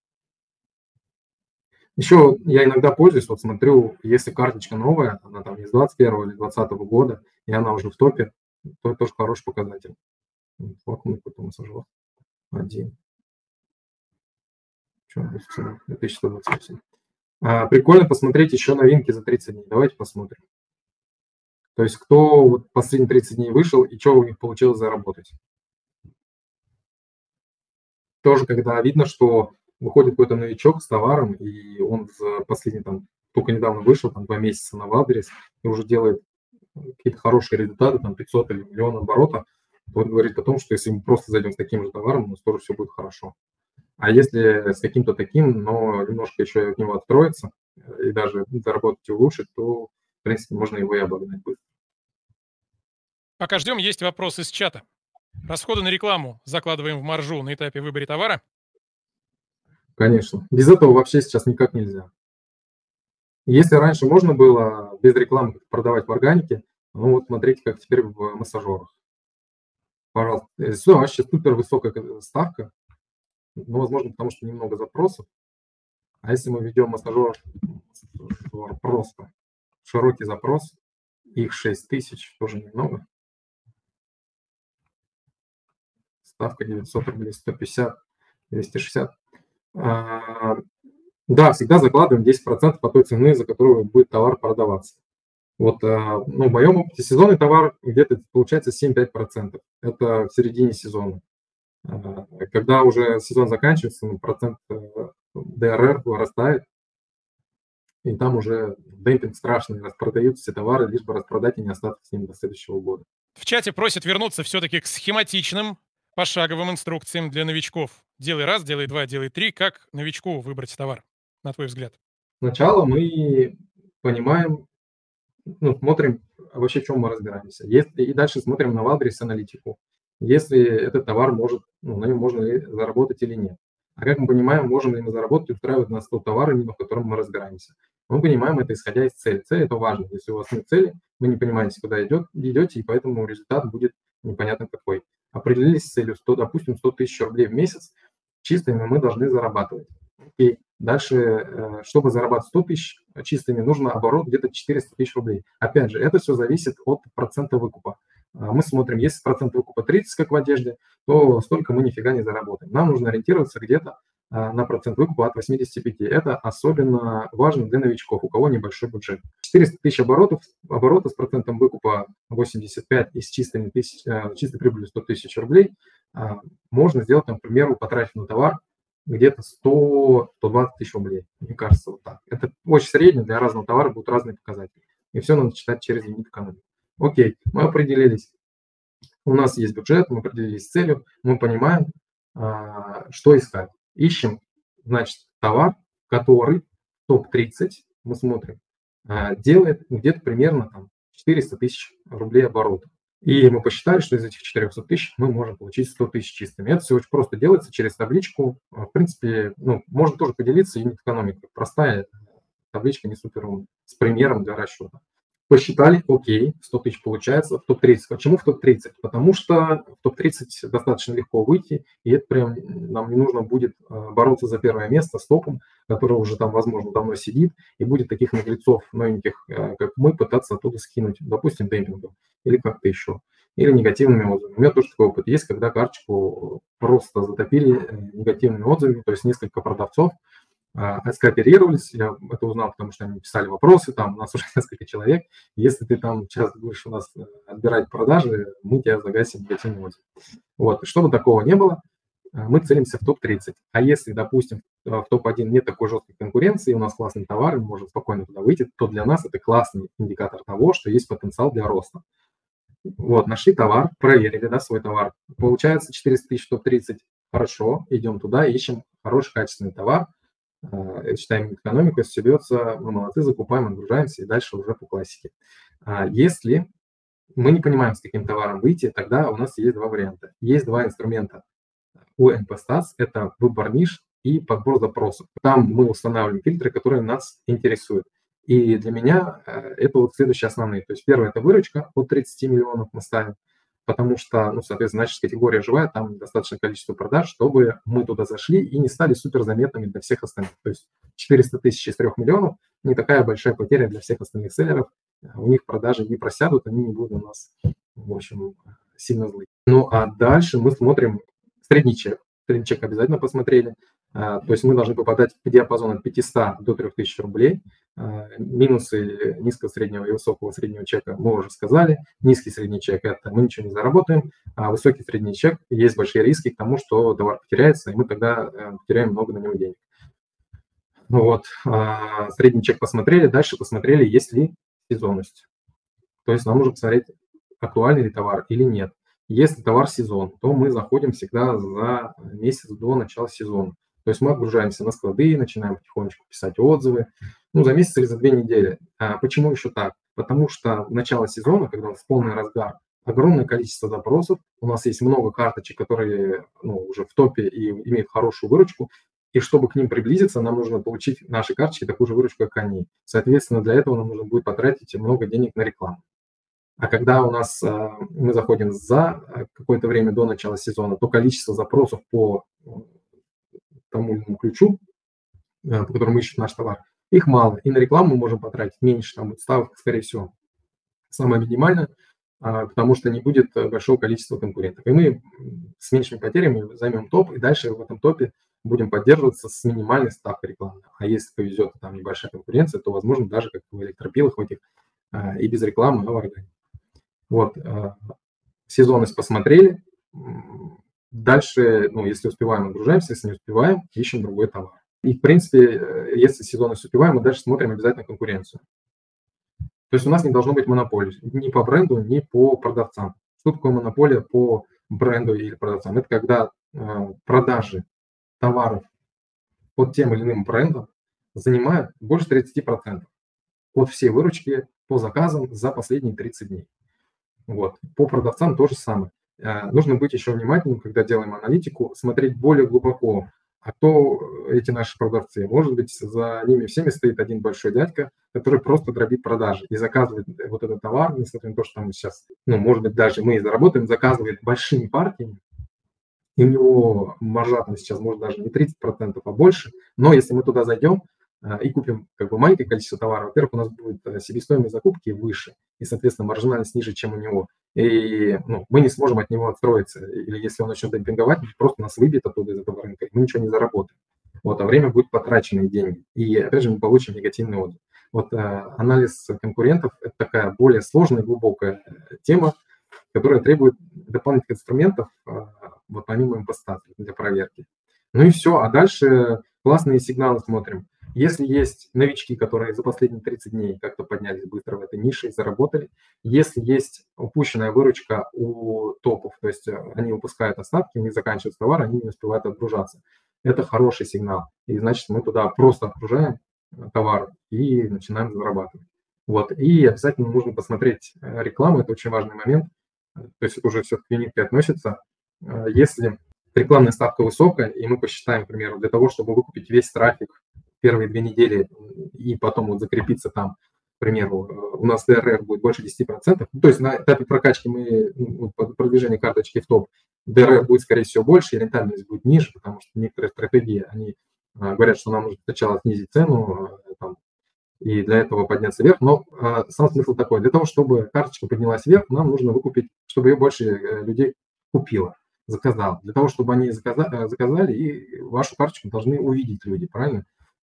Еще я иногда пользуюсь, вот смотрю, если карточка новая, она там из 21 или 20 года, и она уже в топе, то это тоже хороший показатель. Вакуумный какой-то массажер. Один. Что, 2128. Прикольно посмотреть еще новинки за 30 дней. Давайте посмотрим. То есть кто вот последние 30 дней вышел и что у них получилось заработать. Тоже когда видно, что выходит какой-то новичок с товаром, и он за последний там только недавно вышел, там 2 месяца на Wildberries, и уже делает какие-то хорошие результаты, там 500 или миллион оборота, то это говорит о том, что если мы просто зайдем с таким же товаром, у нас тоже все будет хорошо. А если с каким-то таким, но немножко еще от него откроется, и даже заработать и улучшить, то, в принципе, можно его и обогнать быстро. Пока ждем, есть вопрос из чата. Расходы на рекламу закладываем в маржу на этапе выбора товара? Конечно. Без этого вообще сейчас никак нельзя. Если раньше можно было без рекламы продавать в органике, Ну вот смотрите, как теперь в массажерах. Пожалуйста. Сюда вообще супер высокая ставка. Ну, возможно, потому что немного запросов. А если мы ведем массажер просто широкий запрос, их 6000, тоже немного. Ставка 900 рублей, 150, 260. Да, всегда закладываем 10% от той цены, за которую будет товар продаваться. Вот, ну, в моем опыте сезонный товар где-то получается 7-5%. Это в середине сезона. Когда уже сезон заканчивается, ну, процент ДРР вырастает, и там уже демпинг страшный, распродаются все товары, лишь бы распродать и не остаться с ним до следующего года. В чате просят вернуться все-таки к схематичным, пошаговым инструкциям для новичков. Делай раз, делай два, делай три. Как новичку выбрать товар, на твой взгляд? Сначала мы понимаем, ну, смотрим вообще, в чем мы разбираемся. И дальше смотрим на Wildberries аналитику. Если этот товар может, ну, на нем можно ли заработать или нет. А как мы понимаем, можем ли мы заработать и устраивать нас тот товар, именно в котором мы разбираемся. Мы понимаем это, исходя из цели. Цель – это важно. Если у вас нет цели, вы не понимаете, куда идете, и поэтому результат будет непонятно какой. Определились с целью, допустим, 100 тысяч рублей в месяц, чистыми мы должны зарабатывать. И дальше, чтобы зарабатывать 100 тысяч чистыми, нужно оборот где-то 400 тысяч рублей. Опять же, это все зависит от процента выкупа. Мы смотрим, если процент выкупа 30, как в одежде, то столько мы нифига не заработаем. Нам нужно ориентироваться где-то на процент выкупа от 85. Это особенно важно для новичков, у кого небольшой бюджет. 400 тысяч оборота с процентом выкупа 85 и с чистой прибылью 100 тысяч рублей можно сделать, например, потратив на товар где-то 100-120 тысяч рублей. Мне кажется, вот так. Это очень средне, для разного товара будут разные показатели. И все надо читать через лимит экономики. Окей, мы определились. У нас есть бюджет, мы определились с целью, мы понимаем, что искать. Ищем, значит, товар, который топ-30, мы смотрим, делает где-то примерно там 400 тысяч рублей оборота. И мы посчитали, что из этих 400 тысяч мы можем получить 100 тысяч чистыми. Это все очень просто делается через табличку. В принципе, ну, можно тоже поделиться, юнит экономика. Простая табличка, не супер умная, с примером для расчета. Посчитали, окей, 100 тысяч получается в топ-30. Почему в топ-30? Потому что в топ-30 достаточно легко выйти, и это прям нам не нужно будет бороться за первое место с топом, который уже там, возможно, давно сидит, и будет таких наглецов новеньких, как мы, пытаться оттуда скинуть, допустим, демпингом или как-то еще, или негативными отзывами. У меня тоже такой опыт есть, когда карточку просто затопили негативными отзывами, то есть несколько продавцов скооперировались, я это узнал, потому что они писали вопросы, там у нас уже несколько человек, если ты там сейчас будешь у нас отбирать продажи, мы тебя загасим негативным отзывом. Вот, чтобы такого не было, мы целимся в топ-30. А если, допустим, в топ-1 нет такой жесткой конкуренции, у нас классный товар, мы можем спокойно туда выйти, то для нас это классный индикатор того, что есть потенциал для роста. Вот, нашли товар, проверили, да, свой товар. Получается 400 тысяч топ-30, хорошо, идем туда, ищем хороший, качественный товар, читаем экономику, если все бьется, мы молодцы, закупаем, отгружаемся и дальше уже по классике. Если мы не понимаем, с каким товаром выйти, тогда у нас есть два варианта. Есть два инструмента у NP-Stats, это выбор ниш и подбор запросов. Там мы устанавливаем фильтры, которые нас интересуют. И для меня это вот следующие основные. То есть первое – это выручка от 30 миллионов мы ставим, потому что, ну, соответственно, значит, категория живая, там достаточное количество продаж, чтобы мы туда зашли и не стали суперзаметными для всех остальных. То есть 400 тысяч из 3 миллионов не такая большая потеря для всех остальных селлеров. У них продажи не просядут, они не будут у нас, в общем, сильно злые. Ну, а дальше мы смотрим средний чек. Средний чек обязательно посмотрели. То есть мы должны попадать в диапазон от 500 до 3000 рублей. Минусы низкого среднего и высокого среднего чека мы уже сказали. Низкий средний чек – это мы ничего не заработаем, а высокий средний чек – есть большие риски к тому, что товар потеряется, и мы тогда потеряем много на него денег. Вот. Средний чек посмотрели, дальше посмотрели, есть ли сезонность. То есть нам нужно посмотреть, актуальный ли товар или нет. Если товар сезон, то мы заходим всегда за месяц до начала сезона. То есть мы отгружаемся на склады, начинаем потихонечку писать отзывы, ну, за месяц или за 2 недели. Почему еще так? Потому что в начало сезона, когда у нас полный разгар, огромное количество запросов, у нас есть много карточек, которые, ну, уже в топе и имеют хорошую выручку, и чтобы к ним приблизиться, нам нужно получить наши карточки такую же выручку, как они. Соответственно, для этого нам нужно будет потратить много денег на рекламу. А когда у нас мы заходим за какое-то время до начала сезона, то количество запросов по тому или иному ключу, по которому ищут наш товар, их мало. И на рекламу мы можем потратить меньше, там будет ставка, скорее всего, самая минимальная, потому что не будет большого количества конкурентов. И мы с меньшими потерями займем топ, и дальше в этом топе будем поддерживаться с минимальной ставкой рекламы. А если повезет, там небольшая конкуренция, то, возможно, даже как в электропилах в этих и без рекламы, а в органе. Вот, сезонность посмотрели. Дальше, если успеваем, отгружаемся, если не успеваем, ищем другой товар. И, в принципе, если сезонность успеваем, мы дальше смотрим обязательно конкуренцию. То есть у нас не должно быть монополии ни по бренду, ни по продавцам. Что такое монополия по бренду или продавцам? Это когда продажи товаров под тем или иным брендом занимают больше 30% от всей выручки по заказам за последние 30 дней. Вот. По продавцам то же самое. Нужно быть еще внимательным, когда делаем аналитику, смотреть более глубоко, а кто эти наши продавцы. Может быть, за ними всеми стоит один большой дядька, который просто дробит продажи и заказывает вот этот товар, несмотря на то, что там сейчас, может быть, даже мы и заработаем, заказывает большими партиями, и у него маржа там сейчас может даже не 30%, а больше. Но если мы туда зайдем и купим маленькое количество товара, во-первых, у нас будет себестоимость закупки выше, и, соответственно, маржинальность ниже, чем у него. И мы не сможем от него отстроиться. Или если он начнет демпинговать, просто нас выбьет оттуда из этого рынка, и мы ничего не заработаем. А время будет потраченные деньги. И, опять же, мы получим негативный отзыв. Анализ конкурентов – это такая более сложная, глубокая тема, которая требует дополнительных инструментов, помимо импостата для проверки. И все. А дальше классные сигналы смотрим. Если есть новички, которые за последние 30 дней как-то поднялись быстро в этой нише и заработали, если есть упущенная выручка у топов, то есть они выпускают остатки, у них заканчивается товар, они не успевают отгружаться, это хороший сигнал. И значит, мы туда просто отгружаем товар и начинаем зарабатывать. И обязательно нужно посмотреть рекламу, это очень важный момент. То есть это уже все к юнитке относится. Если рекламная ставка высокая, и мы посчитаем, к примеру, для того, чтобы выкупить весь трафик первые 2 недели и потом закрепиться там, к примеру, у нас ДРР будет больше 10%, то есть на этапе прокачки мы, продвижения карточки в топ, ДРР будет, скорее всего, больше, и рентабельность будет ниже, потому что некоторые стратегии, они говорят, что нам нужно сначала снизить цену, и для этого подняться вверх, но сам смысл такой, для того, чтобы карточка поднялась вверх, нам нужно выкупить, чтобы ее больше людей купило, заказало. Для того, чтобы они заказали, и вашу карточку должны увидеть люди, правильно?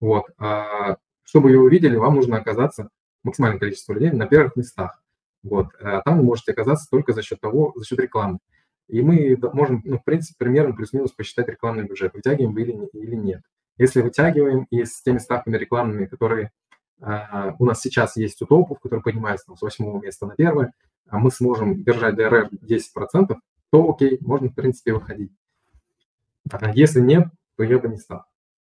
Чтобы ее увидели, вам нужно оказаться максимальное количество людей на первых местах. Там вы можете оказаться только за счет рекламы. И мы можем, в принципе, примерно плюс-минус посчитать рекламный бюджет, вытягиваем вы или нет. Если вытягиваем, и с теми ставками рекламными, которые у нас сейчас есть у топов, которые поднимаются с 8 места на 1, а мы сможем держать ДРР 10%, то окей, можно, в принципе, выходить. Если нет, то я бы не стал.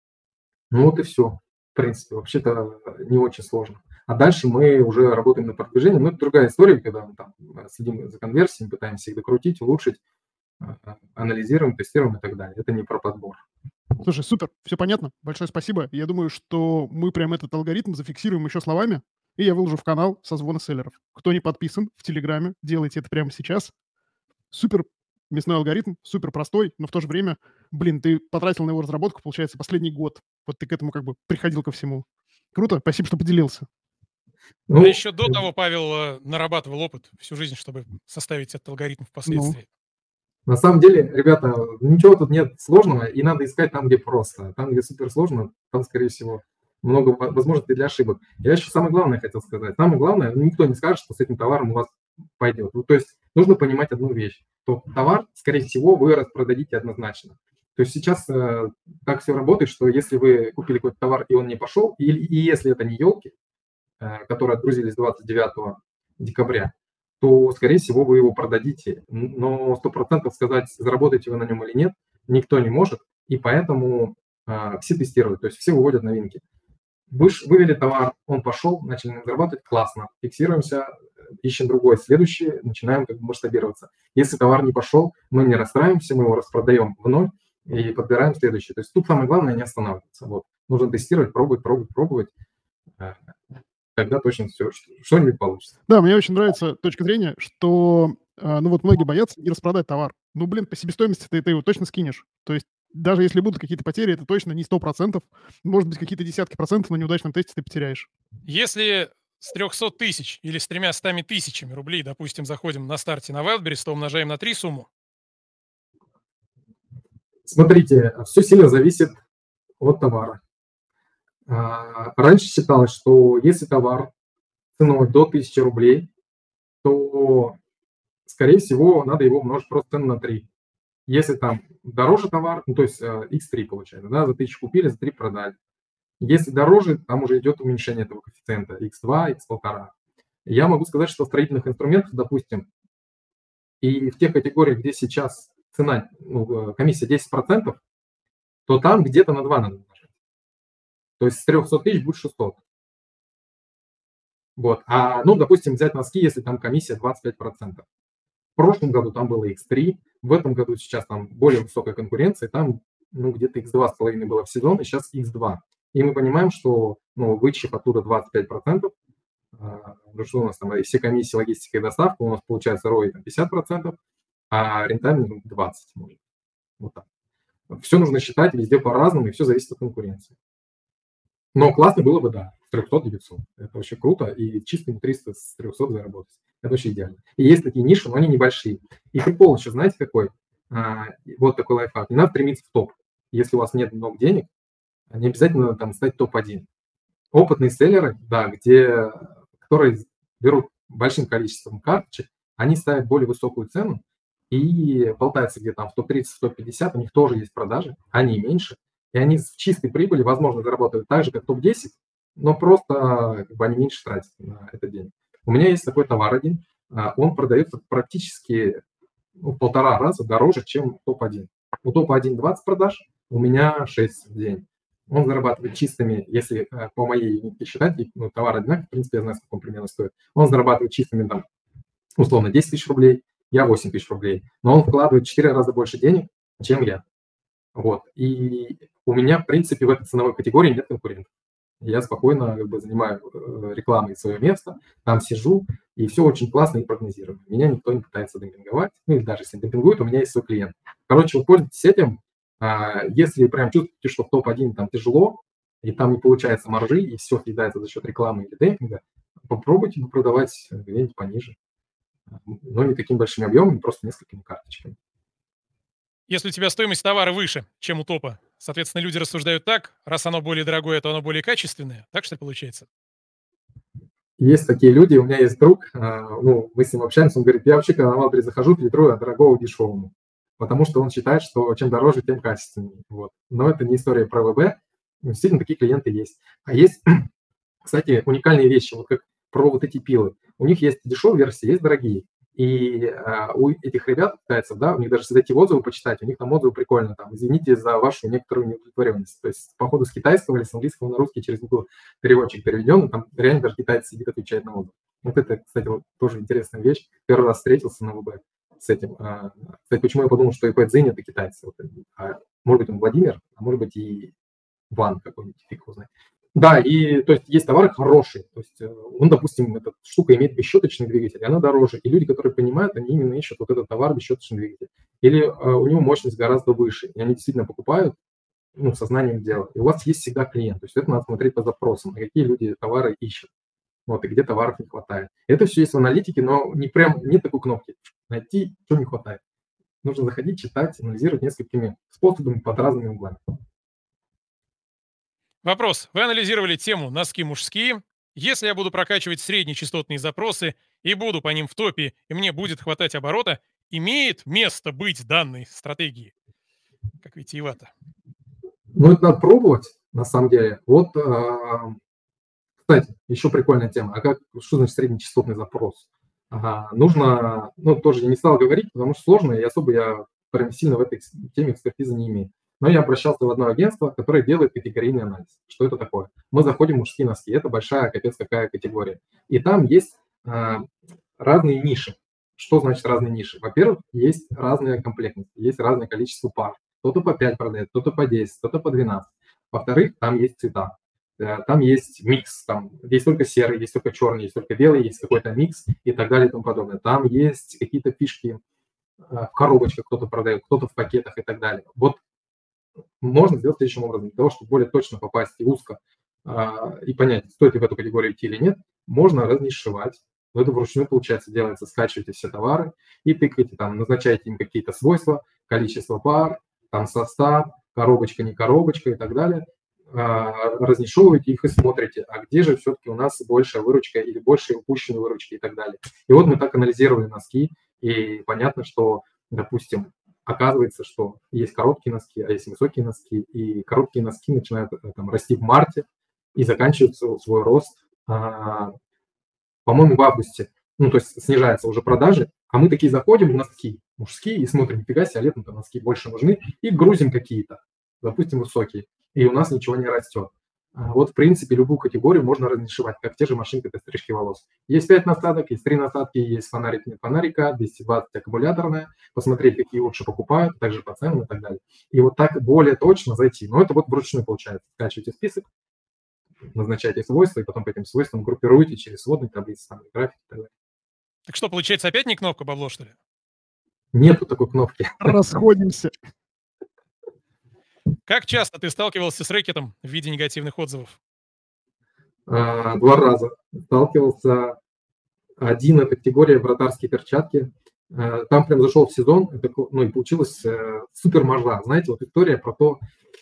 И все. В принципе, вообще-то не очень сложно. А дальше мы уже работаем на продвижении. Но это другая история, когда мы там следим за конверсиями, пытаемся их докрутить, улучшить, анализируем, тестируем и так далее. Это не про подбор. Слушай, супер, все понятно. Большое спасибо. Я думаю, что мы прям этот алгоритм зафиксируем еще словами, и я выложу в канал созвона селлеров. Кто не подписан в Телеграме, делайте это прямо сейчас. Супер мясной алгоритм, супер простой, но в то же время, ты потратил на его разработку, получается, последний год. Ты к этому приходил ко всему. Круто, спасибо, что поделился. Еще до того Павел нарабатывал опыт всю жизнь, чтобы составить этот алгоритм впоследствии. На самом деле, ребята, ничего тут нет сложного, и надо искать там, где просто. Там, где супер сложно, там, скорее всего, много возможностей для ошибок. Я еще самое главное хотел сказать. Самое главное, никто не скажет, что с этим товаром у вас пойдет. То есть нужно понимать одну вещь, что товар, скорее всего, вы распродадите однозначно. То есть сейчас так все работает, что если вы купили какой-то товар, и он не пошел, и если это не елки, которые отгрузились 29 декабря, то, скорее всего, вы его продадите. Но 100% сказать, заработаете вы на нем или нет, никто не может, и поэтому все тестируют, то есть все выводят новинки. Вывели товар, он пошел, начали зарабатывать, классно, фиксируемся, ищем другой, следующий, начинаем масштабироваться. Если товар не пошел, мы не расстраиваемся, мы его распродаем в ноль и подбираем следующий. То есть тут самое главное не останавливаться. Нужно тестировать, пробовать. тогда точно все, что-нибудь получится. Да, мне очень нравится точка зрения, что, многие боятся не распродать товар. По себестоимости ты его точно скинешь. То есть даже если будут какие-то потери, это точно не 100%. Может быть, какие-то десятки процентов на неудачном тесте ты потеряешь. Если с 300 тысяч или с 300 тысячами рублей, допустим, заходим на старте на Wildberries, то умножаем на 3 сумму. Смотрите, все сильно зависит от товара. Раньше считалось, что если товар ценой до 1000 рублей, то, скорее всего, надо его умножить просто на 3. Если там дороже товар, то есть x3 получается, да, за 1000 купили, за 3 продали. Если дороже, там уже идет уменьшение этого коэффициента x2, x1,5. Я могу сказать, что в строительных инструментах, допустим, и в тех категориях, где сейчас цена, комиссия 10%, то там где-то на 2 надо умножать. То есть с 300 тысяч будет 600. Вот. Допустим, взять носки, если там комиссия 25%. В прошлом году там было x3, в этом году сейчас там более высокая конкуренция, там где-то x2,5 было в сезон, и сейчас x2. И мы понимаем, что вычев оттуда 25%, что у нас там все комиссии, логистика и доставка, у нас получается ROI 50%, а рентабельность 20%. Может. Вот так. Все нужно считать везде по-разному, и все зависит от конкуренции. Но классно было бы, да, с 300 до 900. Это вообще круто, и чистыми 300 с 300 заработать. Это вообще идеально. И есть такие ниши, но они небольшие. И прикол еще, знаете, какой? Вот такой лайфхак. Не надо стремиться в топ. Если у вас нет много денег, не обязательно там стать топ-1. Опытные селлеры, да, которые берут большим количеством карточек, они ставят более высокую цену и болтаются где-то там в топ-30, в топ-50, у них тоже есть продажи, они меньше, и они в чистой прибыли, возможно, заработают так же, как топ-10, но просто они меньше тратят на этот день. У меня есть такой товар один, он продается практически в 1,5 раза дороже, чем топ-1. У топ-1 20 продаж, у меня 6 в день. Он зарабатывает чистыми, если по моей юнитке считать, товар одинаковый, в принципе, я знаю, сколько он примерно стоит. Он зарабатывает чистыми, там, условно, 10 тысяч рублей, я 8 тысяч рублей. Но он вкладывает в 4 раза больше денег, чем я. Вот. И у меня, в принципе, в этой ценовой категории нет конкурентов. Я спокойно занимаю рекламой свое место, там сижу, и все очень классно и прогнозируемо. Меня никто не пытается демпинговать. Или даже если демпингует, у меня есть свой клиент. Короче, вы пользуйтесь этим. Если прям чувствуете, что в топ-1 там тяжело, и там не получается маржи, и все съедается за счет рекламы или демпинга, попробуйте продавать где-нибудь пониже. Но не таким большим объемом, просто несколькими карточками. Если у тебя стоимость товара выше, чем у топа, соответственно, люди рассуждают так, раз оно более дорогое, то оно более качественное. Так что получается? Есть такие люди, у меня есть друг, мы с ним общаемся, он говорит, я вообще, когда на Wildberries захожу, фильтрую от дорогого к дешевому, потому что он считает, что чем дороже, тем качественнее. Вот. Но это не история про ВБ, действительно такие клиенты есть. А есть, кстати, уникальные вещи, вот как про вот эти пилы. У них есть дешевые версии, есть дорогие. И у этих ребят, китайцев, да, у них даже, если зайти в отзывы почитать, у них там отзывы прикольно, там, извините за вашу некоторую неудовлетворенность. То есть, походу, с китайского или с английского на русский через Google переводчик переведен, и там реально даже китайец сидит, отвечает на отзыв. Вот это, кстати, вот тоже интересная вещь. Первый раз встретился на ВБ с этим. Кстати, почему я подумал, что ИП Цзинь – это китайцы. Вот, может быть, он Владимир, а может быть, и Ван какой-нибудь, фиг его знает. Да, и то есть товары хорошие. То есть допустим, эта штука имеет бесщеточный двигатель, она дороже. И люди, которые понимают, они именно ищут вот этот товар бесщеточный двигатель. Или у него мощность гораздо выше, и они действительно покупают сознанием дела. И у вас есть всегда клиент. То есть это надо смотреть по запросам, какие люди товары ищут. Вот, и где товаров не хватает. Это все есть в аналитике, но нет такой кнопки найти, что не хватает. Нужно заходить, читать, анализировать несколькими способами под разными углами. Вопрос. Вы анализировали тему носки мужские. Если я буду прокачивать среднечастотные запросы и буду по ним в топе, и мне будет хватать оборота, имеет место быть данной стратегии? Как витиевато. Это надо пробовать, на самом деле. Вот, кстати, еще прикольная тема. Что значит среднечастотный запрос? Нужно, тоже я не стал говорить, потому что сложно, и особо я прям сильно в этой теме экспертизы не имею. Но я обращался в одно агентство, которое делает категорийный анализ. Что это такое? Мы заходим в мужские носки. Это большая, капец, какая категория. И там есть разные ниши. Что значит разные ниши? Во-первых, есть разная комплектность, есть разное количество пар. Кто-то по 5 продает, кто-то по 10, кто-то по 12. Во-вторых, там есть цвета. там есть микс, там есть только серый, есть только черный, есть только белый, есть какой-то микс и так далее и тому подобное. Там есть какие-то фишки в коробочках кто-то продает, кто-то в пакетах и так далее. Вот можно сделать следующим образом. Для того, чтобы более точно попасть и узко и понять, стоит ли в эту категорию идти или нет, можно разнишевать. Но это вручную, получается, делается, скачиваете все товары и тыкаете, там, назначаете им какие-то свойства, количество пар, там, состав, коробочка, не коробочка и так далее, разнишевываете их и смотрите, а где же все-таки у нас большая выручка или больше упущенной выручки и так далее. И вот мы так анализировали носки, и понятно, что, допустим, оказывается, что есть короткие носки, а есть высокие носки, и короткие носки начинают там расти в марте и заканчиваются свой рост, по-моему, в августе. Ну, то есть снижаются уже продажи, а мы такие заходим в носки мужские и смотрим, нифига себе, летом-то носки больше нужны, и грузим какие-то, допустим, высокие, и у нас ничего не растет. Вот, в принципе, любую категорию можно разнишевать, как те же машинки для стрижки волос. Есть 5 насадок, есть 3 насадки, есть фонарик, нет фонарика, 220 аккумуляторная, посмотреть, какие лучше покупают, также по ценам и так далее. И вот так более точно зайти. Но это вот вручную получается. Скачиваете список, назначаете свойства, и потом по этим свойствам группируете через сводные таблицы, там, графики и так далее. Так что, получается, опять не кнопка бабло, что ли? Нету такой кнопки. Расходимся. Как часто ты сталкивался с рэкетом в виде негативных отзывов? 2 раза сталкивался. Один — это категория вратарские перчатки. Там прям зашел в сезон, ну и получилось супер мажа. Знаете, вот история про то,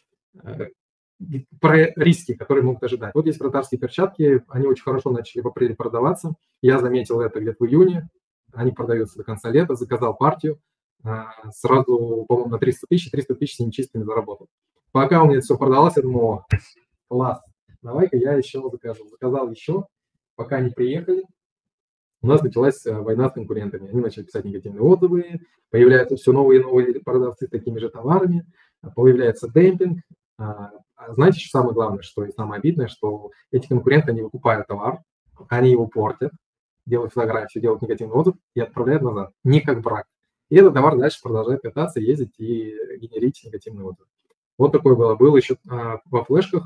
про риски, которые могут ожидать. Вот есть вратарские перчатки, они очень хорошо начали в апреле продаваться. Я заметил это где-то в июне. Они продаются до конца лета, заказал партию. Сразу, по-моему, на 300 тысяч с ними чистыми заработал. Пока у меня это все продалось, я думал, о, класс, давай-ка я еще закажу. Заказал еще, пока они приехали, у нас началась война с конкурентами. Они начали писать негативные отзывы, появляются все новые и новые продавцы с такими же товарами, появляется демпинг. Знаете, что самое главное, что и самое обидное, что эти конкуренты, они выкупают товар, они его портят, делают фотографию, делают негативный отзыв и отправляют назад, не как брак. И этот товар дальше продолжает кататься, ездить и генерить негативный отзыв. Вот такое было. Было еще во флешках.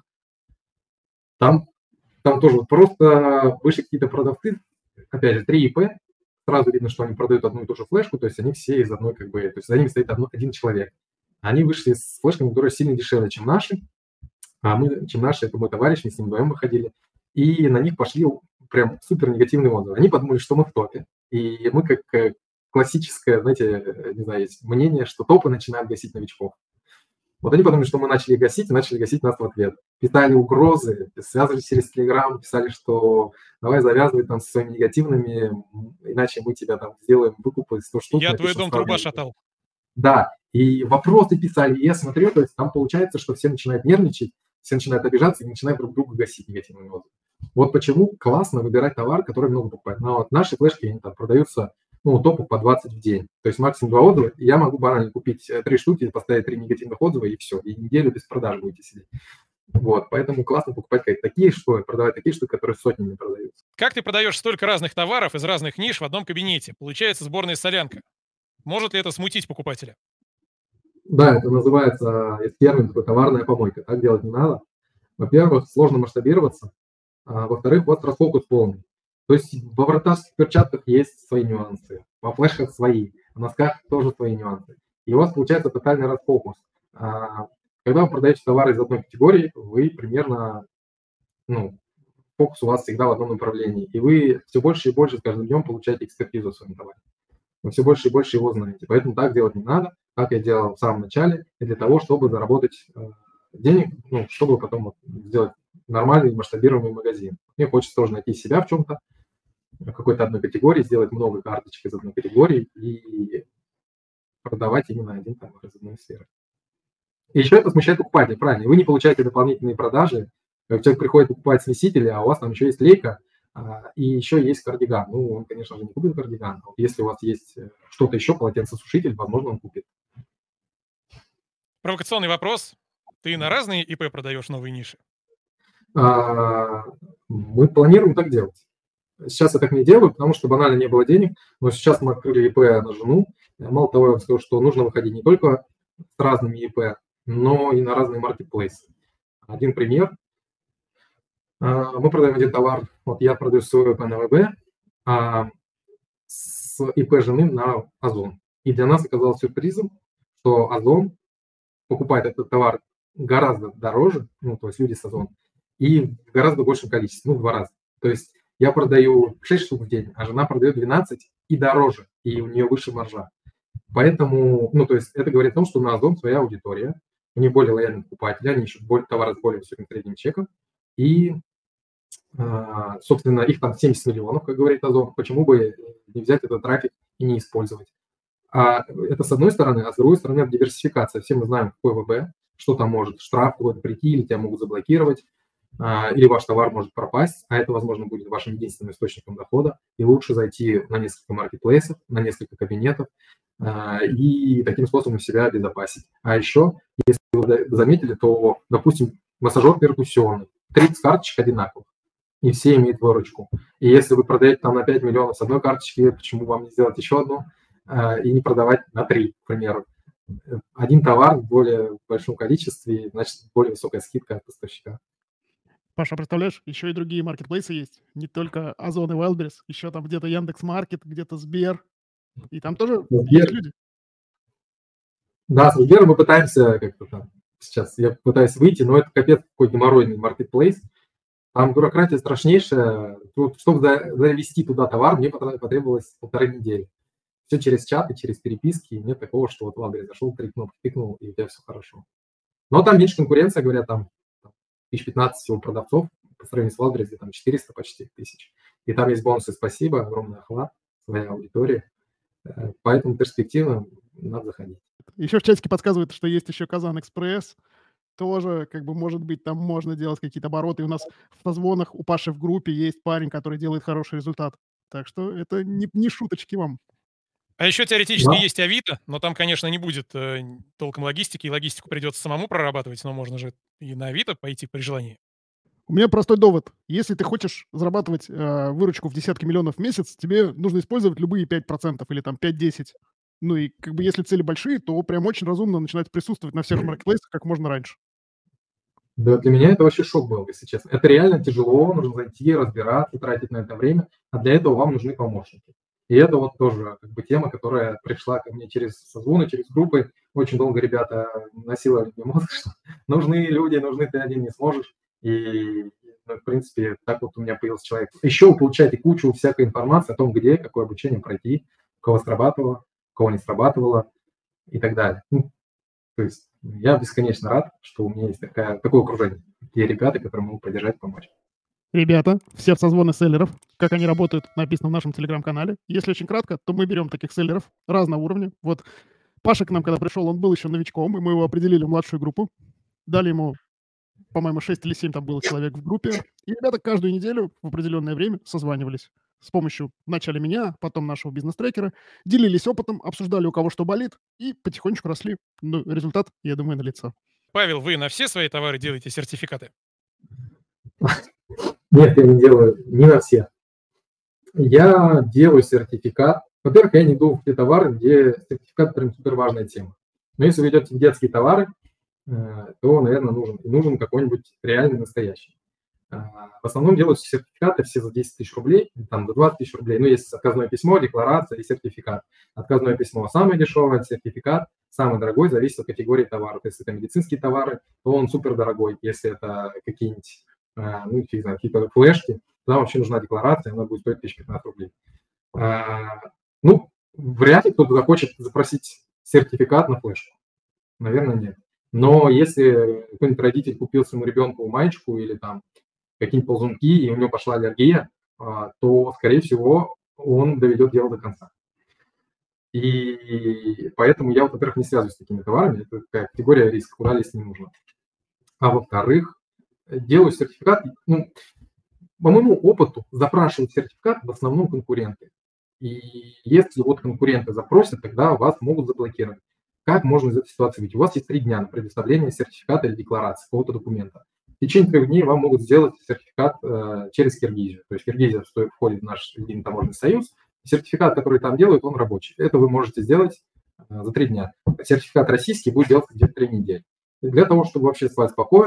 Там тоже вот просто вышли какие-то продавцы, опять же, 3 ИП. Сразу видно, что они продают одну и ту же флешку, то есть они все из одной, как бы, то есть за ними стоит один человек. Они вышли с флешками, которые сильно дешевле, чем наши. Чем наши, это мой товарищ, мы с ним вдвоем выходили. И на них пошли прям супер негативные отзывы. Они подумали, что мы в топе. И мы как классическое, знаете, не знаю, есть мнение, что топы начинают гасить новичков. Вот они подумали, что мы начали гасить, и начали гасить нас в ответ. Писали угрозы, связывались через Telegram, писали, что давай завязывай там со своими негативными, иначе мы тебя там сделаем выкуп из 100 штук. Я твой дом труба шатал. Да, и вопросы писали, и я смотрю, то есть там получается, что все начинают нервничать, все начинают обижаться и начинают друг друга гасить негативными отзывами. Вот почему классно выбирать товар, который много покупает. Но вот наши флешки, они там продаются, топов по 20 в день. То есть максимум 2 отзыва, и я могу банально купить 3 штуки, поставить 3 негативных отзыва, и все. И неделю без продаж будете сидеть. Вот, поэтому классно покупать такие штуки, продавать такие штуки, которые сотнями продаются. Как ты продаешь столько разных товаров из разных ниш в одном кабинете? Получается сборная солянка. Может ли это смутить покупателя? Да, это называется, есть термин такой, товарная помойка. Так делать не надо. Во-первых, сложно масштабироваться. Во-вторых, у вас расфокус полный. То есть во вратарских перчатках есть свои нюансы, во флешках свои, в носках тоже свои нюансы. И у вас получается тотальный расфокус. Когда вы продаете товары из одной категории, вы примерно, фокус у вас всегда в одном направлении. И вы все больше и больше с каждым днем получаете экспертизу в своем товаре. Вы все больше и больше его знаете. Поэтому так делать не надо, как я делал в самом начале, и для того, чтобы заработать денег, чтобы потом сделать нормальный масштабируемый магазин. Мне хочется тоже найти себя в чем-то, в какой-то одной категории, сделать много карточек из одной категории и продавать именно один товар из одной сферы. И еще это смущает покупателя, правильно. Вы не получаете дополнительные продажи. Человек приходит покупать смесители, а у вас там еще есть лейка, и еще есть кардиган. Он, конечно же, не купит кардиган. Вот если у вас есть что-то еще, полотенцесушитель, возможно, он купит. Провокационный вопрос. Ты на разные ИП продаешь новые ниши? Мы планируем так делать. Сейчас я так не делаю, потому что банально не было денег, но сейчас мы открыли ИП на жену. Мало того, я вам скажу, что нужно выходить не только с разными ИП, но и на разные маркетплейсы. Один пример. Мы продаем один товар, вот я продаю свой ИП на ВБ, а с ИП жены на Озон. И для нас оказалось сюрпризом, что Озон покупает этот товар гораздо дороже, ну, то есть люди с Озон, и в гораздо большем количестве, ну, в 2 раза. То есть я продаю 6 штук в день, а жена продает 12 и дороже, и у нее выше маржа. Поэтому, ну, то есть это говорит о том, что на Озон своя аудитория, у них более лояльные покупатели, они ищут товары с более высоким средним чеком, и, собственно, их там 70 миллионов, как говорит Озон, почему бы не взять этот трафик и не использовать. Это с одной стороны, а с другой стороны это диверсификация. Все мы знаем, какой ВБ, что там может штраф какой-то прийти, или тебя могут заблокировать, или ваш товар может пропасть, а это, возможно, будет вашим единственным источником дохода, и лучше зайти на несколько маркетплейсов, на несколько кабинетов, и таким способом себя обезопасить. А еще, если вы заметили, то, допустим, массажер перкуссионный, 30 карточек одинаковых, и все имеют выручку. И если вы продаете там на 5 миллионов с одной карточки, почему вам не сделать еще одну и не продавать на 3, к примеру? Один товар в более большом количестве, значит, более высокая скидка от поставщика. Паша, представляешь, еще и другие маркетплейсы есть. Не только Озон и Wildberries, еще там где-то Яндекс.Маркет, где-то Сбер. И там тоже есть люди. Да, с Сбером мы пытаемся как-то там сейчас, я пытаюсь выйти, но это капец какой геморройный маркетплейс. Там бюрократия страшнейшая. Чтобы завести туда товар, мне потребовалось 1,5 недели. Все через чаты, через переписки. Нет такого, что вот в Wildberries зашел, 3 кнопки тыкнул, и у тебя все хорошо. Но там меньше конкуренция, говорят, там 1015 всего продавцов, по сравнению с Wildberries, где там 400 почти тысяч. И там есть бонусы «Спасибо», огромный охват, своя аудитория. Поэтому перспективно надо заходить. Еще в чатике подсказывают, что есть еще Казан Экспресс. Тоже, как бы, может быть, там можно делать какие-то обороты. И у нас в созвонах у Паши в группе есть парень, который делает хороший результат. Так что это не шуточки вам. А еще теоретически есть Авито, но там, конечно, не будет толком логистики, и логистику придется самому прорабатывать, но можно же и на Авито пойти при желании. У меня простой довод. Если ты хочешь зарабатывать выручку в десятки миллионов в месяц, тебе нужно использовать любые 5% или там 5-10. Ну и как бы если цели большие, то прям очень разумно начинать присутствовать на всех маркетплейсах как можно раньше. Да, для меня это вообще шок был, если честно. Это реально тяжело, нужно зайти, разбираться, тратить на это время, а для этого вам нужны помощники. И это вот тоже как бы тема, которая пришла ко мне через созвоны, через группы. Очень долго ребята насиловали мне мозг, что нужны люди, нужны, ты один не сможешь. И, ну, в принципе, так вот у меня появился человек. Еще вы получаете кучу всякой информации о том, где, какое обучение пройти, у кого срабатывало, у кого не срабатывало и так далее. Ну, то есть я бесконечно рад, что у меня есть такое окружение. Те ребята, которые могут поддержать, помочь. Ребята, все в созвоны селлеров. Как они работают, написано в нашем телеграм-канале. Если очень кратко, то мы берем таких селлеров разного уровня. Вот Паша к нам, когда пришел, он был еще новичком, и мы его определили в младшую группу. Дали ему, по-моему, 6 или 7 там было человек в группе. И ребята каждую неделю в определенное время созванивались с помощью вначале меня, потом нашего бизнес-трекера, делились опытом, обсуждали, у кого что болит, и потихонечку росли. Ну, результат, я думаю, налицо. Павел, вы на все свои товары делаете сертификаты? Нет, я не делаю не на все. Я делаю сертификат. Во-первых, я не иду в те товары, где сертификат прям супер важная тема. Но если вы идете в детские товары, то, наверное, нужен какой-нибудь реальный настоящий. В основном делают сертификаты все за 10 тысяч рублей, там за 20 тысяч рублей. Ну, есть отказное письмо, декларация и сертификат. Отказное письмо самое дешевое, сертификат самый дорогой, зависит от категории товаров. Если это медицинские товары, то он супер дорогой. Если это какие-нибудь, ну, фиг знает, какие-то флешки, то вообще нужна декларация, она будет стоить 1015 рублей. Ну, вряд ли кто-то захочет запросить сертификат на флешку. Наверное, нет. Но если какой-нибудь родитель купил своему ребенку маечку или там какие-нибудь ползунки, и у него пошла аллергия, то, скорее всего, он доведет дело до конца. И поэтому я, во-первых, не связываюсь с такими товарами, это такая категория риска, куда лезть не нужно. А во-вторых, делаю сертификат, ну, по моему опыту, запрашивают сертификат в основном конкуренты. И если вот конкуренты запросят, тогда вас могут заблокировать. Как можно из этой ситуации выйти? У вас есть 3 дня на предоставление сертификата или декларации, какого-то документа. В течение 3 дней вам могут сделать сертификат через Киргизию. То есть Киргизия входит в наш единый таможенный союз. Сертификат, который там делают, он рабочий. Это вы можете сделать за 3 дня. Сертификат российский будет делаться где-то 3 недели. И для того, чтобы вообще спать спокойно,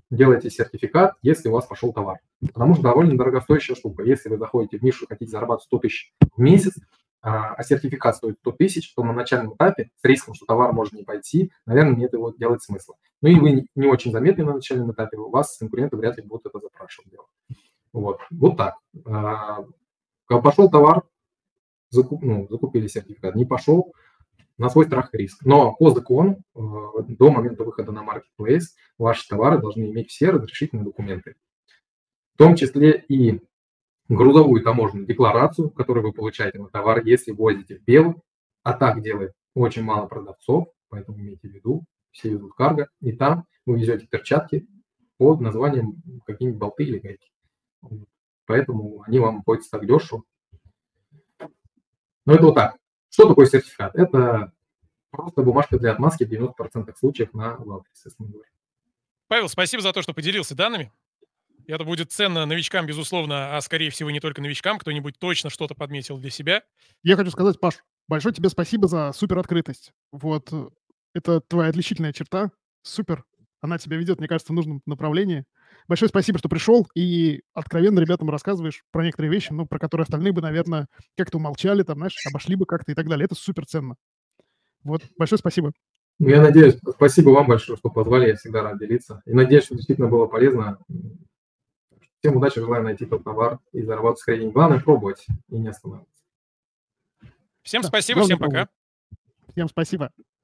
делаете сертификат, если у вас пошел товар. Потому что довольно дорогостоящая штука. Если вы заходите в нишу и хотите зарабатывать 100 тысяч в месяц, а сертификат стоит 100 тысяч, то на начальном этапе с риском, что товар может не пойти, наверное, нет его делать смысла. Ну и вы не очень заметны на начальном этапе, у вас конкуренты вряд ли будут это запрашивать делать. Вот так. Пошел товар, закупили сертификат, не пошел, на свой страх и риск. Но по закону до момента выхода на Marketplace ваши товары должны иметь все разрешительные документы. В том числе и грузовую таможенную декларацию, которую вы получаете на товар, если возите в белый. А так делает очень мало продавцов, поэтому имейте в виду, все везут карго, и там вы везете перчатки под названием какие-нибудь болты или гайки. Поэтому они вам обходятся так дешево. Но это вот так. Что такое сертификат? Это просто бумажка для отмазки в 90% случаев на адрес, естественно говоря. Павел, спасибо за то, что поделился данными. Это будет ценно новичкам, безусловно, а скорее всего не только новичкам. Кто-нибудь точно что-то подметил для себя. Я хочу сказать, Паш, большое тебе спасибо за супер открытость. Вот это твоя отличительная черта. Супер. Она тебя ведет, мне кажется, в нужном направлении. Большое спасибо, что пришел и откровенно ребятам рассказываешь про некоторые вещи, ну, про которые остальные бы, наверное, как-то умолчали, там, знаешь, обошли бы как-то и так далее. Это супер ценно. Вот, большое спасибо. Я надеюсь, спасибо вам большое, что позвали, я всегда рад делиться. И надеюсь, что действительно было полезно. Всем удачи, желаю найти тот товар и заработать скорее. Главное пробовать и не останавливаться. Всем Да, спасибо, главное всем пока. Всем спасибо.